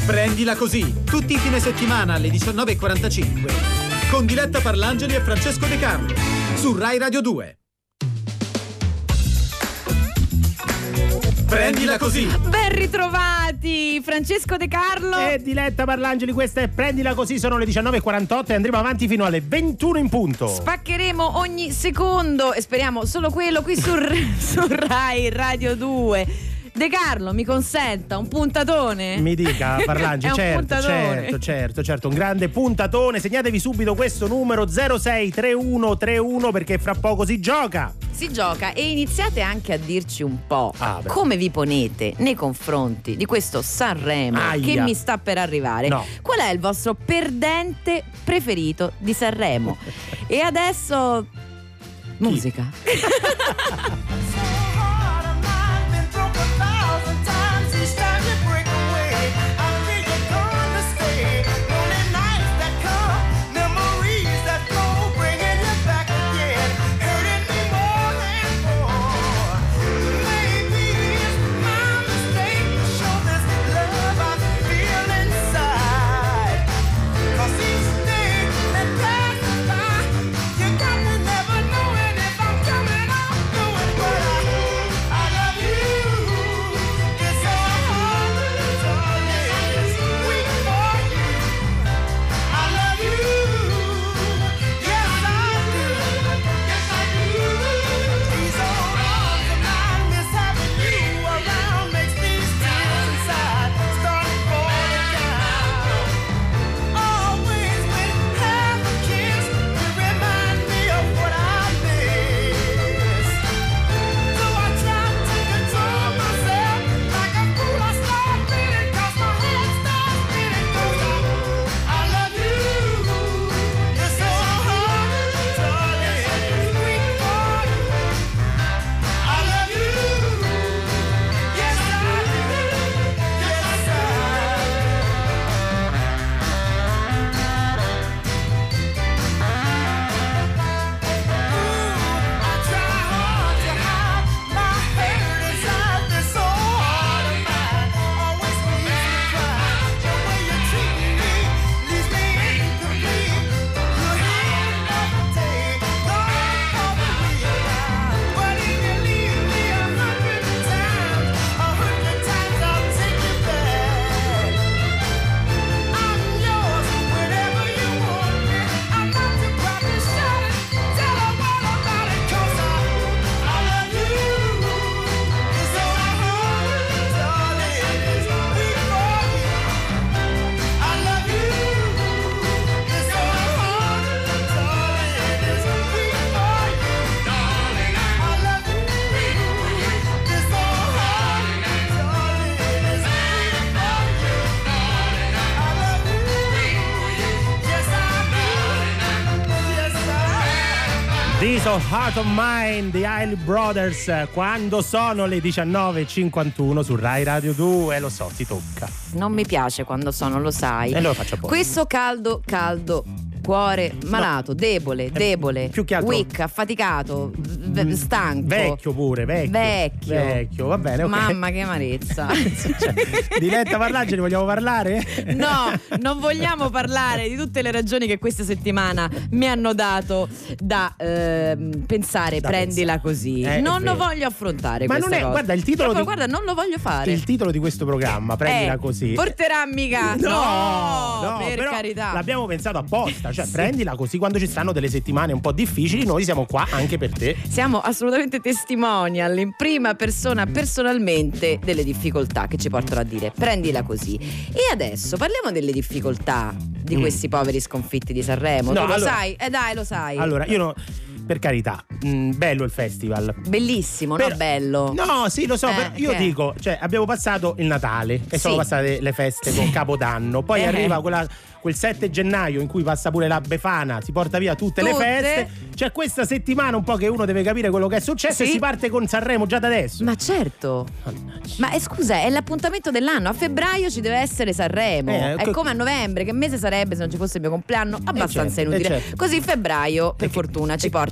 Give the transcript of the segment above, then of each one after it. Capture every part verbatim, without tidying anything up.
Prendila così, tutti i fine settimana alle diciannove e quarantacinque con Diletta Parlangeli e Francesco De Carlo su Rai Radio due. Prendila così. Ben ritrovati Francesco De Carlo e Diletta Parlangeli, questa è Prendila così, sono le diciannove e quarantotto e andremo avanti fino alle ventuno in punto. Spaccheremo ogni secondo e speriamo solo quello qui su, su Rai Radio due. De Carlo, mi consenta un puntatone? Mi dica, Parlangeli, certo, certo, certo, certo, un grande puntatone. Segnatevi subito questo numero zero sei tre uno tre uno perché fra poco si gioca. Si gioca e iniziate anche a dirci un po' ah, come vi ponete nei confronti di questo Sanremo Aia. che mi sta per arrivare. No. Qual è il vostro perdente preferito di Sanremo? E adesso musica. This of Heart of Mine, The Hailey Brothers, quando sono le diciannove e cinquantuno su Rai Radio due. Lo so, ti tocca. Non mi piace quando sono, lo sai. E lo faccio apposta. Questo caldo, caldo, cuore malato, no. debole, debole, più che altro weak, affaticato, v- stanco. Vecchio pure, vecchio. Vecchio. Vecchio, va bene, ok. Mamma che amarezza. Cioè, Diletta Parlangeli, vogliamo parlare? No, non vogliamo parlare di tutte le ragioni che questa settimana mi hanno dato da eh, pensare, da prendila pensare. Così. Eh, non lo voglio affrontare. Ma non è, cosa. guarda, il titolo Proprio, di, guarda, non lo voglio fare. Il titolo di questo programma, prendila eh, così. Porterà mica. No, no, no per però carità. L'abbiamo pensato apposta, cioè sì. prendila così quando ci stanno delle settimane un po' difficili, noi siamo qua anche per te. Siamo assolutamente testimonial in prima persona, personalmente, delle difficoltà che ci portano a dire prendila così. E adesso parliamo delle difficoltà di mm. questi poveri sconfitti di Sanremo. No, tu lo allora, sai? Eh dai, lo sai. Allora, io no, per carità, mh, bello il festival. Bellissimo, per, no bello. No, sì, lo so, eh, però io che? dico, cioè abbiamo passato il Natale e sì. sono passate le feste sì. con Capodanno, poi eh. arriva quella quel sette gennaio in cui passa pure la Befana, si porta via tutte, tutte le feste. C'è questa settimana un po' che uno deve capire quello che è successo sì. e si parte con Sanremo già da adesso. Ma certo. Mannaggia. Ma eh, scusa, è l'appuntamento dell'anno. A febbraio ci deve essere Sanremo. Eh, è co- come a novembre, che mese sarebbe se non ci fosse il mio compleanno? Abbastanza eh certo, inutile. eh certo. Così febbraio, per e fortuna, che, ci porta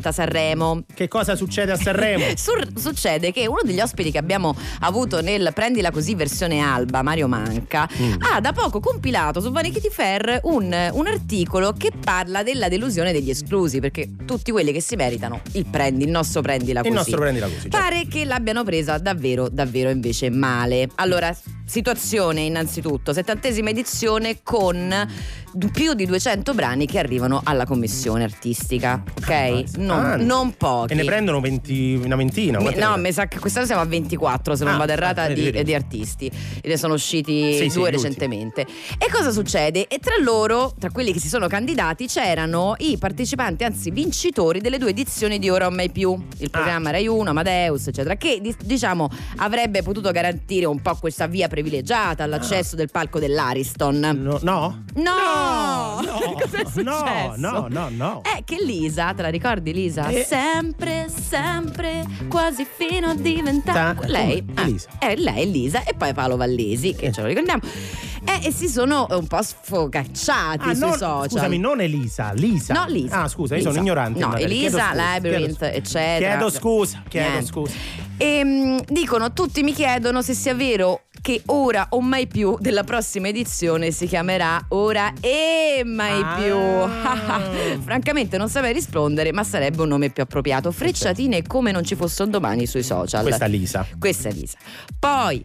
volta Sanremo. Che cosa succede a Sanremo? Sur- succede che uno degli ospiti che abbiamo avuto nel Prendila Così versione Alba, Mario Manca, mm. ha da poco compilato su Vanity Fair un, un articolo che parla della delusione degli esclusi, perché tutti quelli che si meritano il prendi, il nostro Prendila Così. Il nostro Prendila Così. Pare certo. che l'abbiano presa davvero, davvero invece male. Allora, situazione innanzitutto, settantesima edizione con più di duecento brani che arrivano alla commissione artistica, ok? Ah, non, ah, non pochi. E ne prendono venti, una ventina? Mi, no, mi sa che quest'anno siamo a ventiquattro, se non ah, vado errata, vedi, di, vedi. di artisti. E ne sono usciti sì, due sì, recentemente. E cosa succede? E tra loro, tra quelli che si sono candidati, c'erano i partecipanti, anzi vincitori delle due edizioni di Ora o Mai Più, il programma ah. Rai uno, Amadeus, eccetera, che diciamo avrebbe potuto garantire un po' questa via privilegiata all'accesso ah. del palco dell'Ariston. No? No! No! No! no Cosa è successo? No, no, no, no. È che Lisa, te la ricordi Lisa? Eh. Sempre, sempre, quasi fino a diventare Ta- lei. Come? Lisa. Eh, è lei, Lisa, e poi Paolo Vallesi, che ce lo ricordiamo. Eh, e si sono un po' sfogacciati ah, sui non, social. Scusami, non Elisa, Lisa. No, Lisa. Ah, scusa, Lisa. io sono ignorante. No, magari. Elisa, chiedo scusa, Labyrinth, chiedo eccetera. Chiedo scusa, chiedo Niente. scusa. E mh, dicono, tutti mi chiedono se sia vero che Ora o Mai Più della prossima edizione si chiamerà Ora e Mai ah. Più. Francamente non saprei rispondere, ma sarebbe un nome più appropriato. Frecciatine come non ci fosse un domani sui social. Questa è Lisa. Questa è Lisa. Poi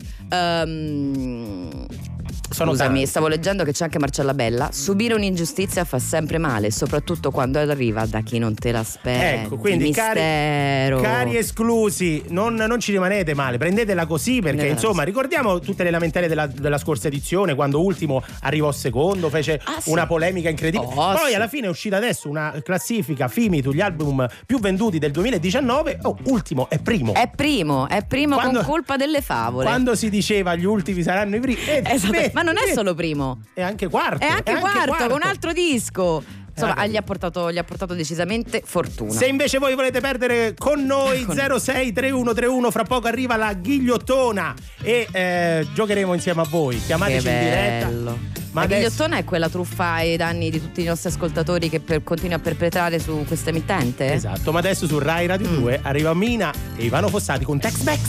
um, Sono scusami, tanti. stavo leggendo che c'è anche Marcella Bella. Subire un'ingiustizia fa sempre male, soprattutto quando arriva da chi non te l'aspetti. Ecco, quindi cari, cari esclusi, non, non ci rimanete male, prendetela così, perché no, insomma ricordiamo tutte le lamentele della, della scorsa edizione, quando Ultimo arrivò secondo, fece ah, sì. una polemica incredibile. Oh, Poi sì. alla fine è uscita adesso una classifica Fimitu, gli album più venduti del duemiladiciannove. Oh, Ultimo è primo. È primo, è primo Quando- con colpa delle favole. Quando si diceva gli ultimi saranno i primi. Eh, Esatto, beh, ma non è eh, solo primo, è anche quarto. è anche, quarto, con un altro disco. Insomma, Eh, gli ha portato, gli ha portato decisamente fortuna. Se invece voi volete perdere con noi, Con- zero sei tre uno tre uno, fra poco arriva la ghigliottona e eh, giocheremo insieme a voi. Chiamateci Che in diretta. bello. Ma la adesso- ghigliottona è quella truffa ai danni di tutti i nostri ascoltatori che per, continua a perpetrare su questa emittente? Esatto, ma adesso su Rai Radio Mm. due arriva Mina e Ivano Fossati con Tex Mex.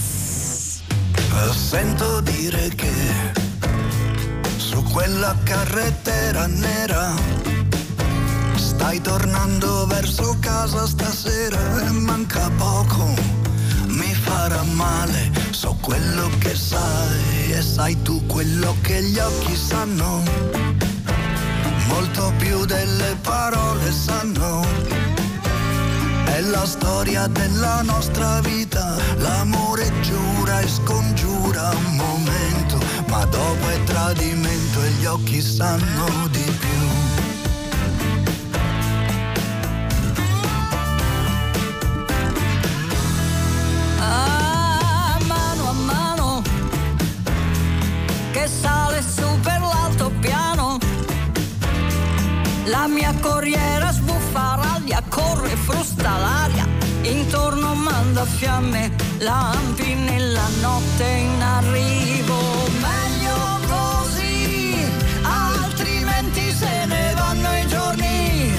Sento dire che su quella carrettera nera stai tornando verso casa stasera e manca poco, mi farà male, so quello che sai e sai tu quello che gli occhi sanno, molto più delle parole sanno. È la storia della nostra vita, l'amore giura e scongiura un momento, ma dopo è tradimento e gli occhi sanno di più. Ah, mano a mano che sale su per l'altopiano, la mia corriera sbuffa raglia, corre, frusta l'aria, intorno manda fiamme, lampi nella notte in arrivo. Meglio così, altrimenti se ne vanno i giorni.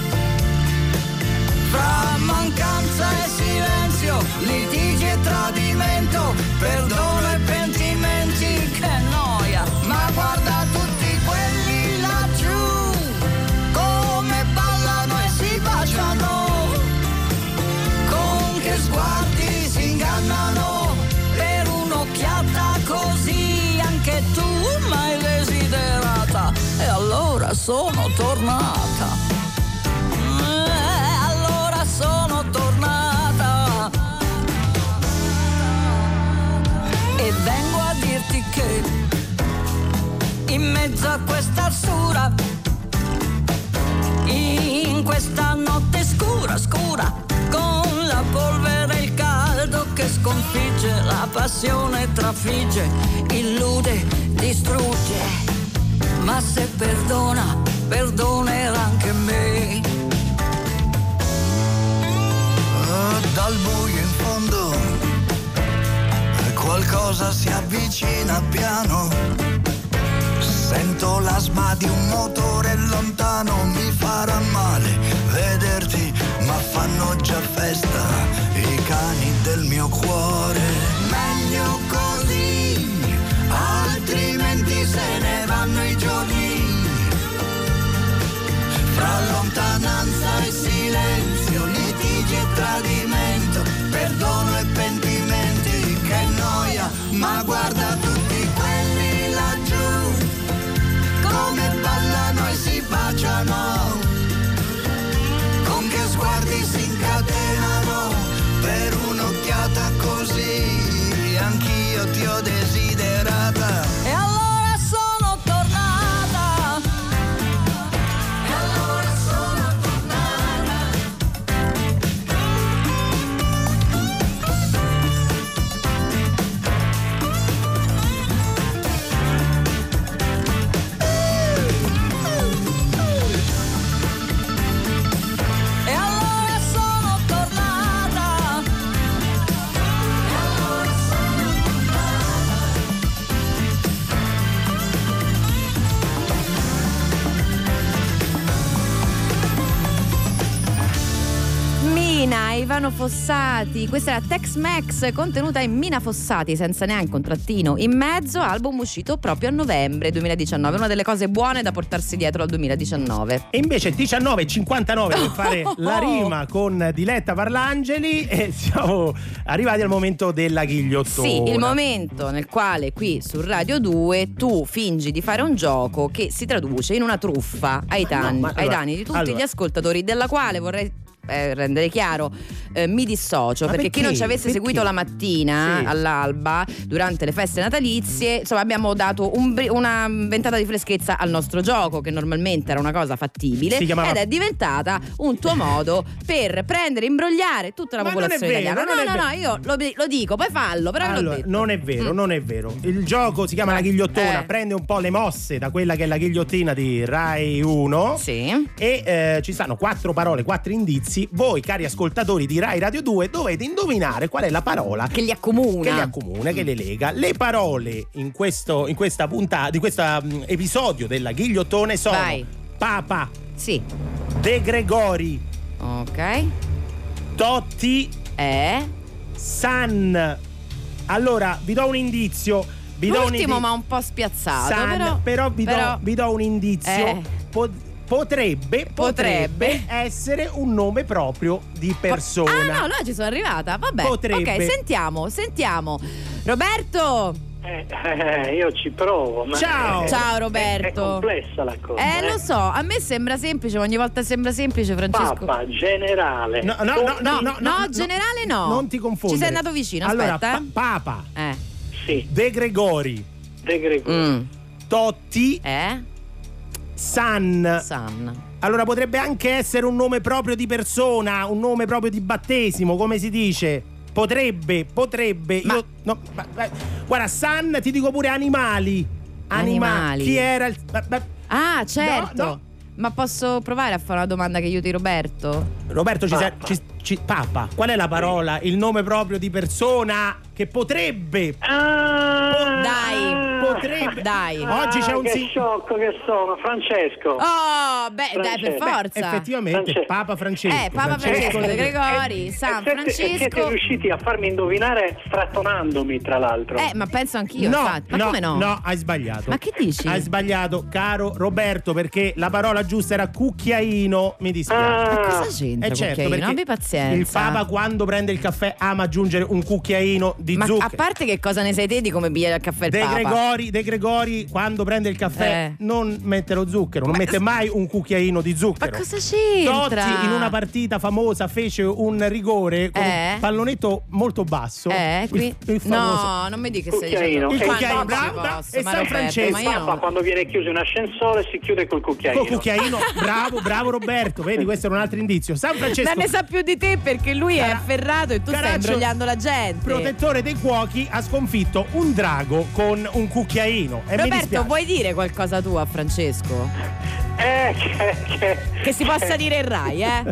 Fra mancanza e silenzio, litigi e tradimento, perdono e pentimenti, che noia. Ma guarda tutti quelli laggiù, come ballano e si baciano, con che sguardi si ingannano, per un'occhiata così anche tu m'hai desiderata, e allora sono tornata. Sono tornata e vengo a dirti che in mezzo a questa arsura, in questa notte scura, scura, con la polvere e il caldo che sconfigge, la passione trafigge, illude, distrugge, ma se perdona, perdonerà anche me. Dal buio in fondo qualcosa si avvicina piano, sento l'asma di un motore lontano, mi farà male vederti, ma fanno già festa i cani del mio cuore. Meglio così, altrimenti se ne vanno i giorni. Fra lontananza e silenzio, litigi e tradimento, perdono e pentimenti, che noia, ma guarda tutti quelli laggiù, come ballano e si baciano, con che sguardi si incatenano, per un'occhiata così, anch'io ti ho desiderata. E allora sono tornata, e allora sono tornata. E allora sono tornata, e allora sono Mina, Ivano Fossati, questa era Tex-Mex contenuta in Mina Fossati senza neanche un trattino in mezzo, album uscito proprio a novembre duemiladiciannove, una delle cose buone da portarsi dietro al duemiladiciannove. E invece diciannove e cinquantanove per fare la rima con Diletta Parlangeli e siamo arrivati al momento della ghigliottona. Sì, il momento nel quale qui su Radio due tu fingi di fare un gioco che si traduce in una truffa ai, danni, no, ma ai allora, danni di tutti allora. gli ascoltatori, della quale vorrei eh, rendere chiaro, eh, mi dissocio, Ma perché, perché? chi non ci avesse Perché? seguito la mattina Sì. all'alba durante le feste natalizie, insomma abbiamo dato un bri- una ventata di freschezza al nostro gioco, che normalmente era una cosa fattibile Si chiamava- ed è diventata un tuo modo per prendere, imbrogliare tutta la Ma non è popolazione vero, italiana. non No, è no, no, vero. io lo, lo dico, poi fallo, però ve l'ho Allora, detto. non è vero, Mm. non è vero. Il gioco si chiama La Ghigliottona, Eh. prende un po' le mosse da quella che è la ghigliottina di Rai uno. Sì. E eh, ci stanno quattro parole, quattro indizi. Voi, cari ascoltatori di Rai Radio due, dovete indovinare qual è la parola Che li accomuna. che li accomuna, che le lega. Le parole in questo in questa puntata, di questo mm, episodio della Ghigliottone sono Vai. Papa, Sì. De Gregori, Ok. Totti, Eh. San. Allora, vi do un indizio. Vi do un L'ultimo indi- ma un po' spiazzato. San, però, vi, però- Do, vi do un indizio. Eh. Po- potrebbe, potrebbe Potrebbe. essere un nome proprio di persona. Ah no, no, ci sono arrivata. Vabbè. Potrebbe. Ok, sentiamo, sentiamo. Roberto. Eh, eh, io ci provo, ma Ciao. è- Ciao, è- Roberto. È, complessa la cosa. Eh, lo so, a me sembra semplice, ma ogni volta sembra semplice, Francesco. Papa, generale. No, no, no, No, no, no, no, generale no. Non ti confondere. Ci sei andato vicino, allora, aspetta. pa- Papa, eh. Sì, De Gregori, De Gregori. Mm. Totti, Eh? San. San. Allora potrebbe anche essere un nome proprio di persona, un nome proprio di battesimo, come si dice? Potrebbe, potrebbe. Ma- Io no, ma- ma- guarda, San, ti dico pure animali. Anima- Animali. Chi era il ma- ma- Ah, certo. No, no. Ma posso provare a fare una domanda che aiuti Roberto? Roberto ci, Papa. sa- ci- ci- Papa, qual è la parola? Il nome proprio di persona che potrebbe Ah, Dai. potrebbe Dai. Oggi c'è un che sì. sciocco che sono, Francesco. Oh, beh, dai, per Francesco. forza. Effettivamente Francesco. Papa Francesco. Eh, Papa Francesco De Gregori, E- San e siete- e siete Francesco. riusciti a farmi indovinare strattonandomi, tra l'altro. Eh, ma penso anch'io, No, infatti. Ma no, come no? no, hai sbagliato. Ma che dici? Hai sbagliato, caro Roberto, perché la parola giusta era cucchiaino, mi dispiace. Ah, Ma cosa c'entra? Eh certo, cucchiaino? perché Abbi pazienza. il Papa quando prende il caffè ama aggiungere un cucchiaino di Ma zucchero. a parte che cosa ne sai te di come bere il caffè il De Papa? Gregori, De Gregori quando prende il caffè Eh. non mette lo zucchero, non Ma- mette mai un cucchiaino di Ma zucchero. cosa c'entra? Totti in una partita famosa fece un rigore con Eh? un pallonetto molto basso. Eh, qui... il, il famoso. No, non mi dica che stai Cucchiaino. dicendo. Il Ma cucchiaino, non ci bravo, bravo. posso, E ma San Roberto, Francesco. ma io Papa, non- quando viene chiuso in ascensore si chiude col cucchiaino. Col cucchiaino, bravo, bravo Roberto. Vedi, questo era un altro indizio. San Francesco, Ma ne sa più di te perché lui è Cara- afferrato e tu stai Caraccio, imbrogliando la gente. protettore dei cuochi, ha sconfitto un drago con un cucchiaino. E mi Roberto, dispiace. vuoi dire qualcosa tu a Francesco? Eh, che, che, Che si possa dire in Rai, eh?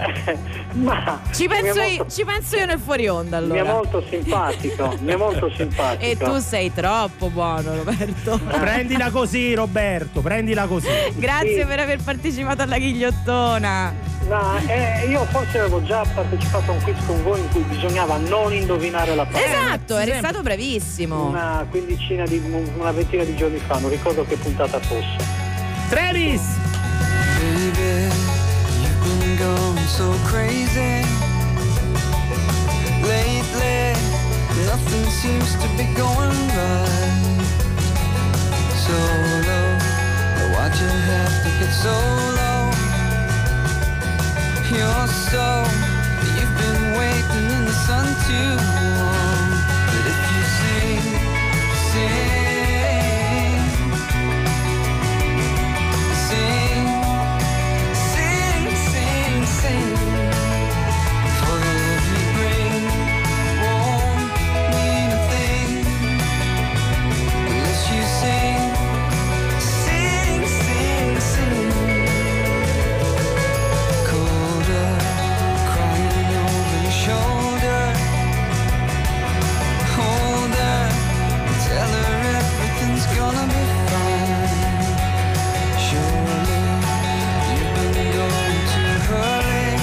Ma Ci mi è penso, io, molto- ci penso io nel fuori onda Mi è allora. molto simpatico, mi è molto simpatico. E tu sei troppo buono, Roberto. Prendila così, Roberto, prendila così. Grazie Sì. per aver partecipato alla ghigliottona. No, eh, io forse avevo già partecipato a un quiz con voi in cui bisognava non indovinare la parola. Esatto, eri stato bravissimo. Una quindicina di una ventina di giorni fa, non ricordo che puntata fosse. Travis! Baby, you've been going so crazy lately. Nothing seems to be going right. So low, why'd you have to get so low? You're so, you've been waiting in the sun too long. But if you sing, sing, sing, sing, sing, sing, for the love you bring won't mean a thing unless you sing, sing, sing, sing. Colder, crying over your shoulder. Hold her, tell her everything's gonna be fine. Surely you've been going too hurry,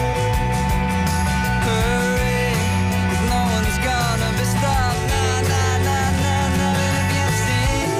hurry. If no one's gonna be stopped, nah, nah, nah, nah, nah. And if you sing,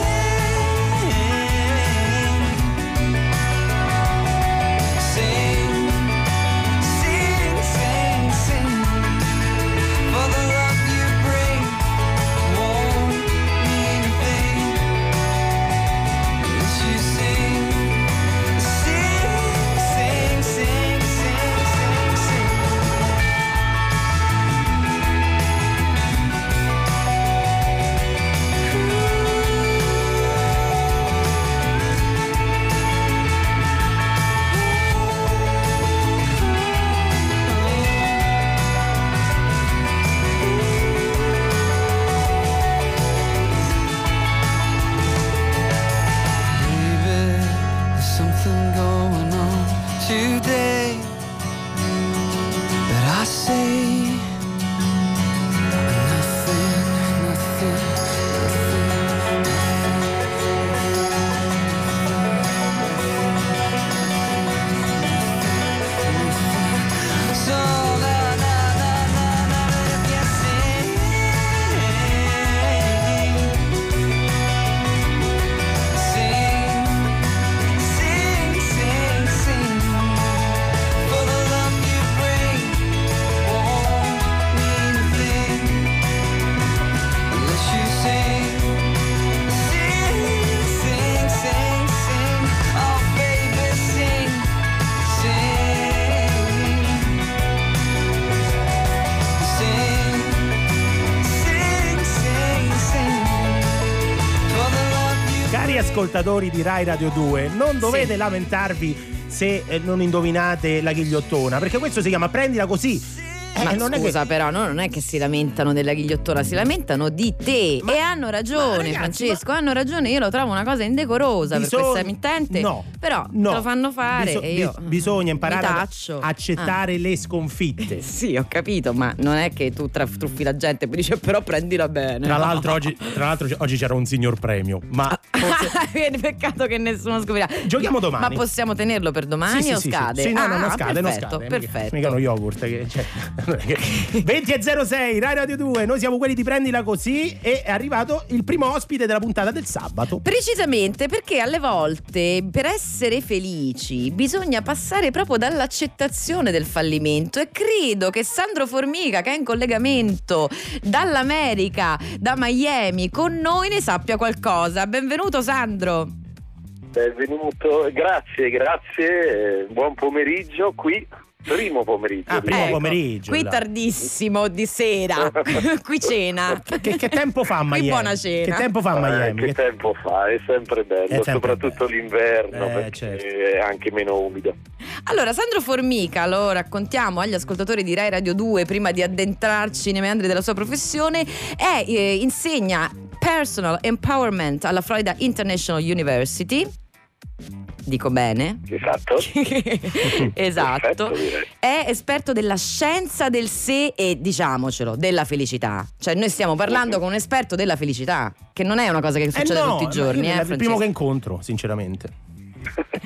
sing, sing, sing, sing, for the love you bring won't mean a thing unless you sing, sing, sing, sing, sing, sing, sing. Baby, there's something going on today that I say nothing, nothing, nothing. So na na na na na, if you sing, sing, sing, sing, sing, for the love you bring won't mean a thing unless you sing, sing, sing, sing, sing. Oh baby, sing, sing, sing, sing, sing, sing, for the love you. Cari ascoltatori di Rai Radio due, non dovete Sì. lamentarvi se eh, non indovinate la ghigliottona, perché questo si chiama prendila così. Eh, Ma non scusa è che... però, no, non è che si lamentano della ghigliottola, si lamentano di te. Ma- e hanno ragione, ma ragazzi, Francesco, hanno ragione. Io lo trovo una cosa indecorosa Bisogna- per questa emittente. No, Però no. te lo fanno fare Biso- e io bi- bisogna imparare mi ad taccio. accettare le sconfitte. Ah. Sì, ho capito, ma non è che tu tra- truffi la gente e poi dici però prendila bene. Tra No. l'altro, oggi, tra l'altro oggi c'era un signor premio, ma forse... Peccato che nessuno scoprirà. Giochiamo domani. Ma possiamo tenerlo per domani Sì, sì, o sì, scade? sì. Sì, no, no, non Ah, scade, non perfetto, scade. perfetto. Mica, mica uno yogurt che, cioè, venti e zero sei Rai Radio due, noi siamo quelli di Prendila Così e è arrivato il primo ospite della puntata del sabato. Precisamente perché alle volte per essere felici bisogna passare proprio dall'accettazione del fallimento e credo che Sandro Formica, che è in collegamento dall'America, da Miami, con noi ne sappia qualcosa. Benvenuto Sandro. Benvenuto, grazie, grazie, eh, buon pomeriggio qui, primo pomeriggio. Ah, primo direi. Ecco, pomeriggio. qui là. tardissimo di sera. Qui cena. Che, che tempo fa a Miami? buona cena. Che tempo fa a Eh, Miami? che tempo fa, è sempre bello, È sempre soprattutto bello. l'inverno, Eh, perché certo. è anche meno umido. Allora, Sandro Formica, lo raccontiamo agli ascoltatori di Rai Radio due prima di addentrarci nei meandri della sua professione, è, eh, insegna Personal Empowerment alla Florida International University. Dico bene? Esatto. Esatto. Perfetto, direi. È esperto della scienza del sé e, diciamocelo, della felicità. Cioè noi stiamo parlando con un esperto della felicità, che non è una cosa che succede Eh no, tutti i giorni, io eh, è il primo Francesco? che incontro, sinceramente.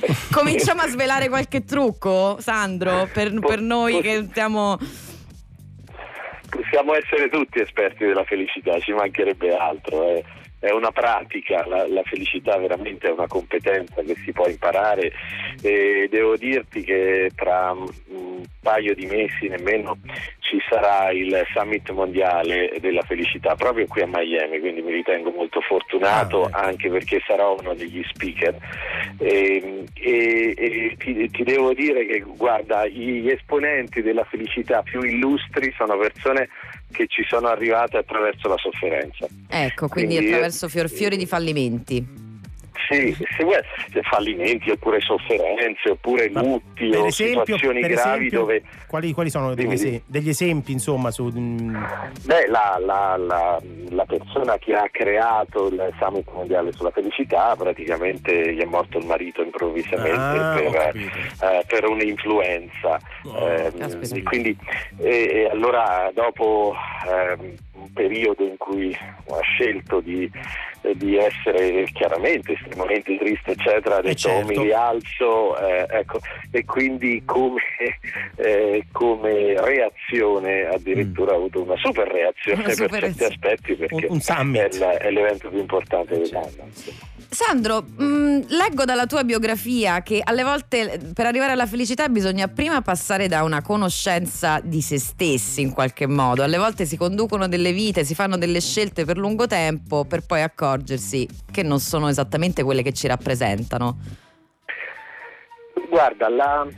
Cominciamo a svelare qualche trucco, Sandro, per, per noi che stiamo... Possiamo essere tutti esperti della felicità, ci mancherebbe altro, eh. È una pratica, la, la felicità veramente è una competenza che si può imparare, e devo dirti che tra un paio di mesi nemmeno ci sarà il summit mondiale della felicità proprio qui a Miami, quindi mi ritengo molto fortunato, ah, anche perché sarò uno degli speaker e, e, e ti, ti devo dire che guarda, gli esponenti della felicità più illustri sono persone che ci sono arrivate attraverso la sofferenza. Ecco, quindi, quindi attraverso fior fiori di fallimenti. Sì, se vuoi, fallimenti oppure sofferenze oppure Ma lutti per o esempio, situazioni per gravi esempio, dove quali, quali sono degli, es- degli esempi insomma su beh la, la, la, la persona che ha creato il summit mondiale sulla felicità praticamente gli è morto il marito improvvisamente ah, per, eh, per un'influenza oh, eh, e quindi e, e allora dopo eh, un periodo in cui ha scelto di, di essere chiaramente estremamente triste eccetera, ha detto certo. mi rialzo eh, ecco, e quindi come, eh, come reazione addirittura mm. ha avuto una super reazione una super per certi aspetti perché un, un è, l- è l'evento più importante dell'anno. Certo. Sandro, mh, leggo dalla tua biografia che alle volte per arrivare alla felicità bisogna prima passare da una conoscenza di se stessi in qualche modo, alle volte si conducono delle vite, si fanno delle scelte per lungo tempo per poi accorgersi che non sono esattamente quelle che ci rappresentano. Guarda, la...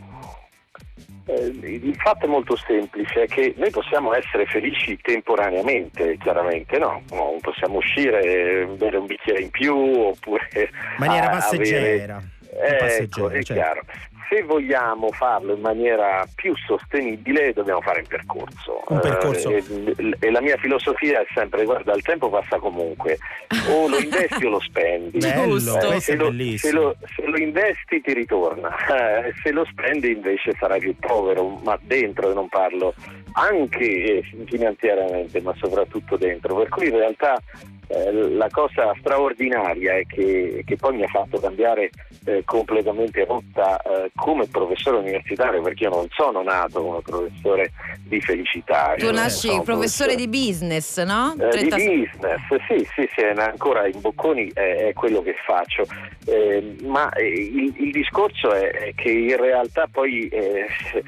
il fatto è molto semplice, è che noi possiamo essere felici temporaneamente, chiaramente, no? no possiamo uscire, bere un bicchiere in più oppure in maniera passeggera. Avere... Ecco, passeggera, è certo. Chiaro. Se vogliamo farlo in maniera più sostenibile dobbiamo fare un percorso. Un percorso. Eh, e, e la mia filosofia è sempre: guarda, il tempo passa comunque, o lo investi o lo spendi. Bello, eh, se, lo, se, lo, se lo investi ti ritorna, eh, se lo spendi invece sarai più povero, ma dentro, non parlo anche finanziariamente, ma soprattutto dentro. Per cui in realtà Eh, la cosa straordinaria è che, che poi mi ha fatto cambiare eh, completamente rotta eh, come professore universitario, perché io non sono nato come professore di felicità. Tu nasci professore, professore di business, no? Eh, di business, sì, sì, sì, ancora in bocconi è, è quello che faccio, eh, ma eh, il, il discorso è, è che in realtà poi eh,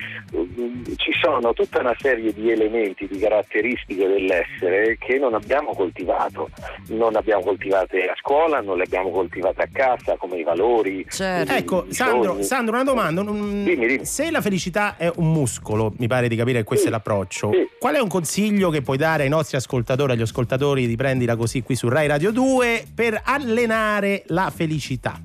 ci sono tutta una serie di elementi, di caratteristiche dell'essere che non abbiamo coltivato. Non abbiamo coltivate a scuola, non le abbiamo coltivate a casa, come i valori. Certo. I, ecco, i Sandro, Sandro, una domanda. Dimmi, dimmi. Se la felicità è un muscolo, mi pare di capire che questo sì, è l'approccio. Sì. Qual è un consiglio che puoi dare ai nostri ascoltatori, agli ascoltatori di Prendila Così qui su Rai Radio due per allenare la felicità?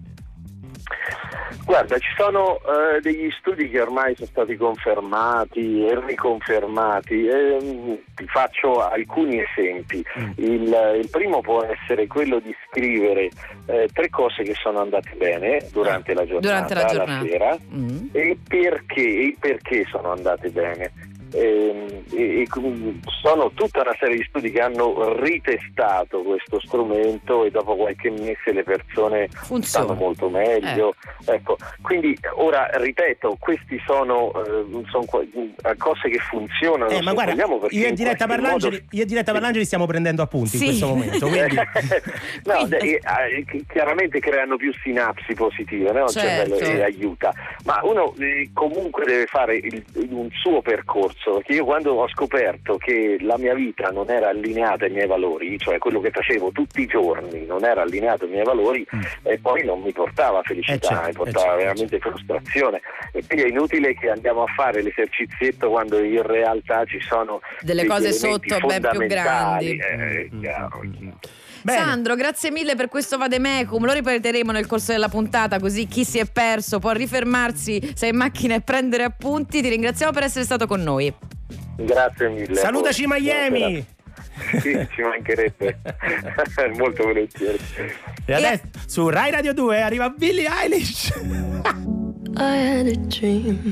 Guarda, ci sono eh, degli studi che ormai sono stati confermati e riconfermati. Eh, ti faccio alcuni esempi. Mm. Il, il primo può essere quello di scrivere eh, tre cose che sono andate bene durante la giornata, durante la, giornata. la sera, mm. e perché, e perché sono andate bene. E, e, e sono tutta una serie di studi che hanno ritestato questo strumento e dopo qualche mese le persone funziona. stanno molto meglio. Eh. Ecco, quindi ora ripeto, questi sono, eh, sono cose che funzionano. Eh, ma guarda, io e Diletta Parlangeli, modo... io e Diletta Parlangeli stiamo prendendo appunti sì. in questo momento. Quindi... no, quindi... eh, chiaramente creano più sinapsi positive, no? Certo. Cioè, aiuta. Ma uno eh, comunque deve fare il, un suo percorso. Perché io quando ho scoperto che la mia vita non era allineata ai miei valori, cioè quello che facevo tutti i giorni non era allineato ai miei valori, mm. e poi non mi portava felicità, eh certo, mi portava eh veramente certo. frustrazione, e quindi è inutile che andiamo a fare l'esercizietto quando in realtà ci sono delle cose sotto ben più grandi. Eh, mm. chiaro. Bene. Sandro, grazie mille per questo vademecum, lo ripeteremo nel corso della puntata, così chi si è perso può rifermarsi se è in macchina e prendere appunti. Ti ringraziamo per essere stato con noi. Grazie mille. Salutaci Miami. Sì, ci mancherebbe. Molto volentieri. E adesso su Rai Radio due arriva Billie Eilish. I had a dream,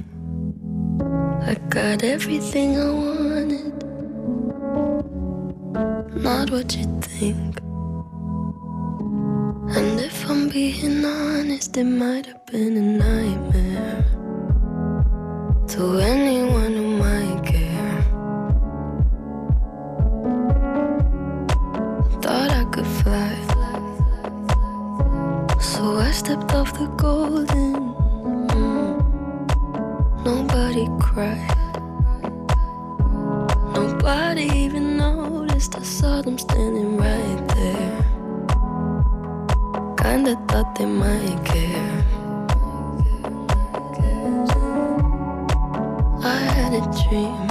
I got everything I wanted, not what you think. And if I'm being honest, it might have been a nightmare to anyone who might care. Thought I could fly, so I stepped off the golden. Mm. Nobody cried, nobody even noticed. I saw them standing right there. Kinda thought they might care. I had a dream,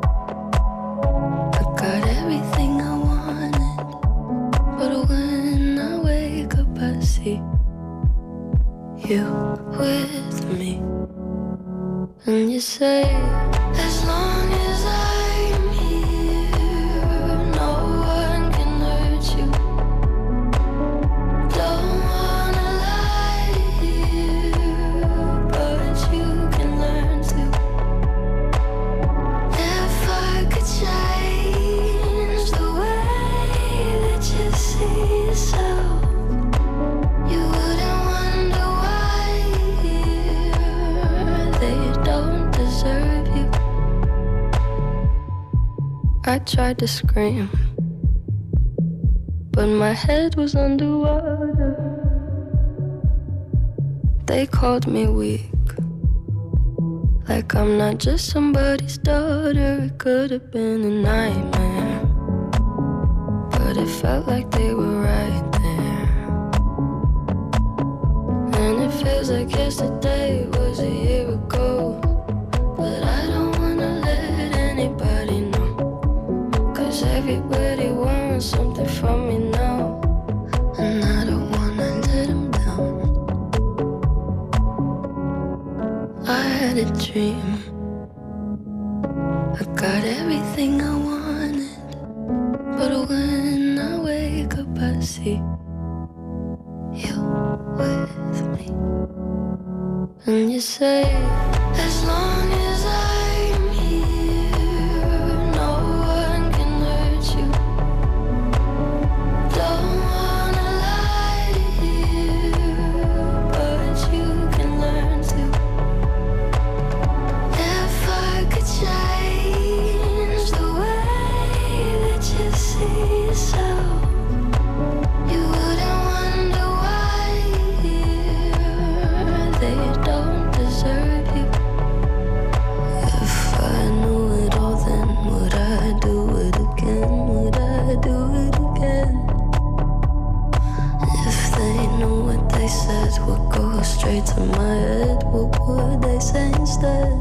I got everything I wanted, but when I wake up I see you with me. And you say, as long as I'm here, no one can hurt you. Don't wanna lie here, but you can learn to. If I could change the way that you see yourself, you wouldn't wonder why they don't deserve you. I tried to scream, but my head was underwater. They called me weak, like I'm not just somebody's daughter. It could have been a nightmare, but it felt like they were right there. And it feels like yesterday was a year ago, but I don't wanna let anybody know, 'cause everybody wants something from me now, and I don't wanna let them down. I had a dream, I got everything I wanted, but when I wake up I see you with me. And you say, as long as I'm here, no one can hurt you. Don't wanna lie here, but you can learn to. If I could change the way that you see yourself, you wouldn't wonder why they don't deserve you. If I knew it all, then would I do it again? Would I do it again? If they knew what they said would go straight to my head, what would they say instead?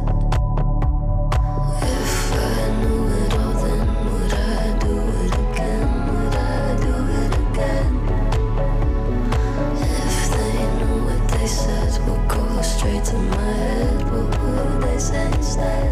If I knew it all, then would I do it again? Would I do it again? If they knew what they said would go straight to my head, what would they say instead?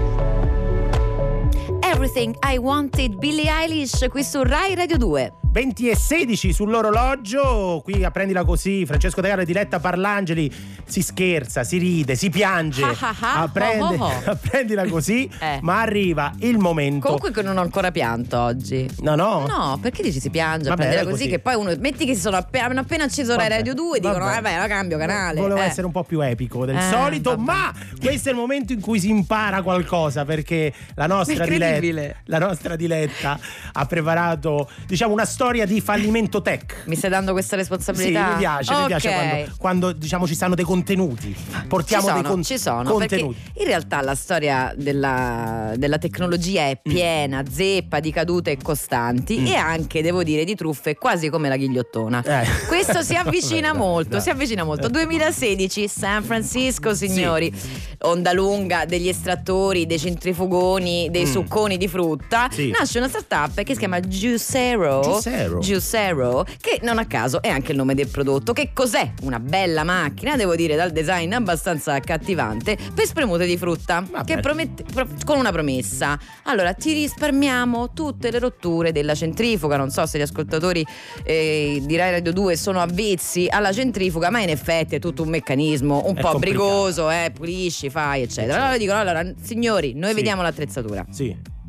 Everything I Wanted, Billie Eilish, qui su Rai Radio due. venti e sedici sull'orologio, qui a Prendila Così, Francesco De Carlo e Diletta Parlangeli. Si scherza, si ride, si piange Ah, ah, ah, a, prende, oh, oh, oh. a Prendila Così, Eh. ma arriva il momento. Comunque che non ho ancora pianto oggi. No, no. No, perché dici si piange a Vabbè, prendere era così, così. che poi uno metti che si sono appena, hanno appena acceso Rai Vabbè, Radio due e dicono vabbè. vabbè, la cambio canale. Volevo eh. essere un po' più epico del Eh, solito, vabbè. ma questo è il momento in cui si impara qualcosa, perché la nostra Incredibile. Diletta, la nostra Diletta ha preparato, diciamo, una storia di fallimento tech. Mi stai dando questa Sì, responsabilità? mi piace, mi Ok. piace quando, quando diciamo ci stanno dei contenuti. Portiamo ci sono, dei con- ci sono, contenuti. perché in realtà la storia della, della tecnologia è piena, zeppa di cadute costanti Mm. e anche, devo dire, di truffe quasi come la ghigliottona. Eh. Questo si avvicina Vabbè, molto, dai. si avvicina molto. duemilasedici, San Francisco, signori. Onda lunga degli estrattori, dei centrifugoni, dei Mm. succoni di frutta. Sì. Nasce una startup che si chiama Juicero. Juicero. Juicero, che non a caso è anche il nome del prodotto. Che cos'è? Una bella macchina, devo dire, dal design abbastanza accattivante, per spremute di frutta. Vabbè. Che promette, pro- con una promessa. Allora, ti risparmiamo tutte le rotture della centrifuga. Non so se gli ascoltatori eh, di Rai Radio due sono avvezzi alla centrifuga, ma in effetti è tutto un meccanismo un È po' complicato. brigoso, eh, pulisci, fai, eccetera. Allora dicono, allora, signori, noi Sì. vediamo l'attrezzatura. Sì.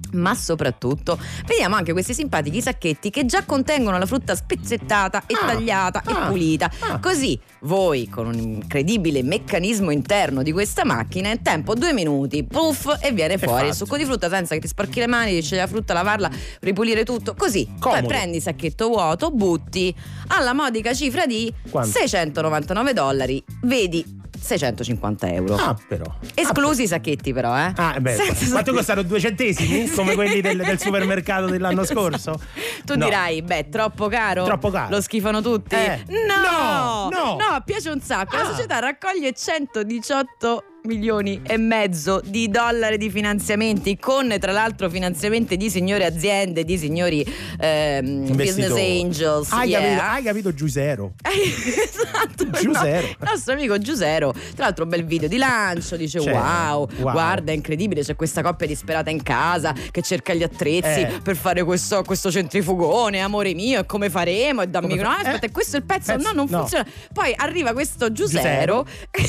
ma soprattutto vediamo anche questi simpatici sacchetti che già contengono la frutta spezzettata e ah, tagliata ah, e pulita. ah. Così voi, con un incredibile meccanismo interno di questa macchina, in tempo due minuti, puff, e viene fuori fatto. il succo di frutta senza che ti sporchi le mani, devi scegliere la frutta, lavarla, ripulire tutto. Così Comodo. poi prendi il sacchetto vuoto, butti alla modica cifra di Quanto? seicentonovantanove dollari, vedi seicentocinquanta euro. Ah, però. Esclusi i sacchetti, però, eh. Ah, beh, Senza quanto costano? Due centesimi? Come quelli del, del supermercato dell'anno scorso? Tu No. dirai, beh, troppo caro? Troppo caro. Lo schifano tutti? Eh. No! No, no. No, piace un sacco. La Ah. società raccoglie centodiciotto milioni e mezzo di dollari di finanziamenti, con tra l'altro finanziamenti di signore aziende, di signori ehm, business Investitori. angels. Hai, yeah. capito, hai capito Giusero? Esatto, Giusero. no, il nostro amico Giusero, tra l'altro bel video di lancio, dice Cioè, wow, wow. guarda, è incredibile, c'è questa coppia disperata in casa che cerca gli attrezzi Eh. per fare questo, questo centrifugone, amore mio, e come faremo, e dammi Come no, fa- aspetta, eh. questo è il pezzo, Pezzo- no, non no. funziona. Poi arriva questo Giusero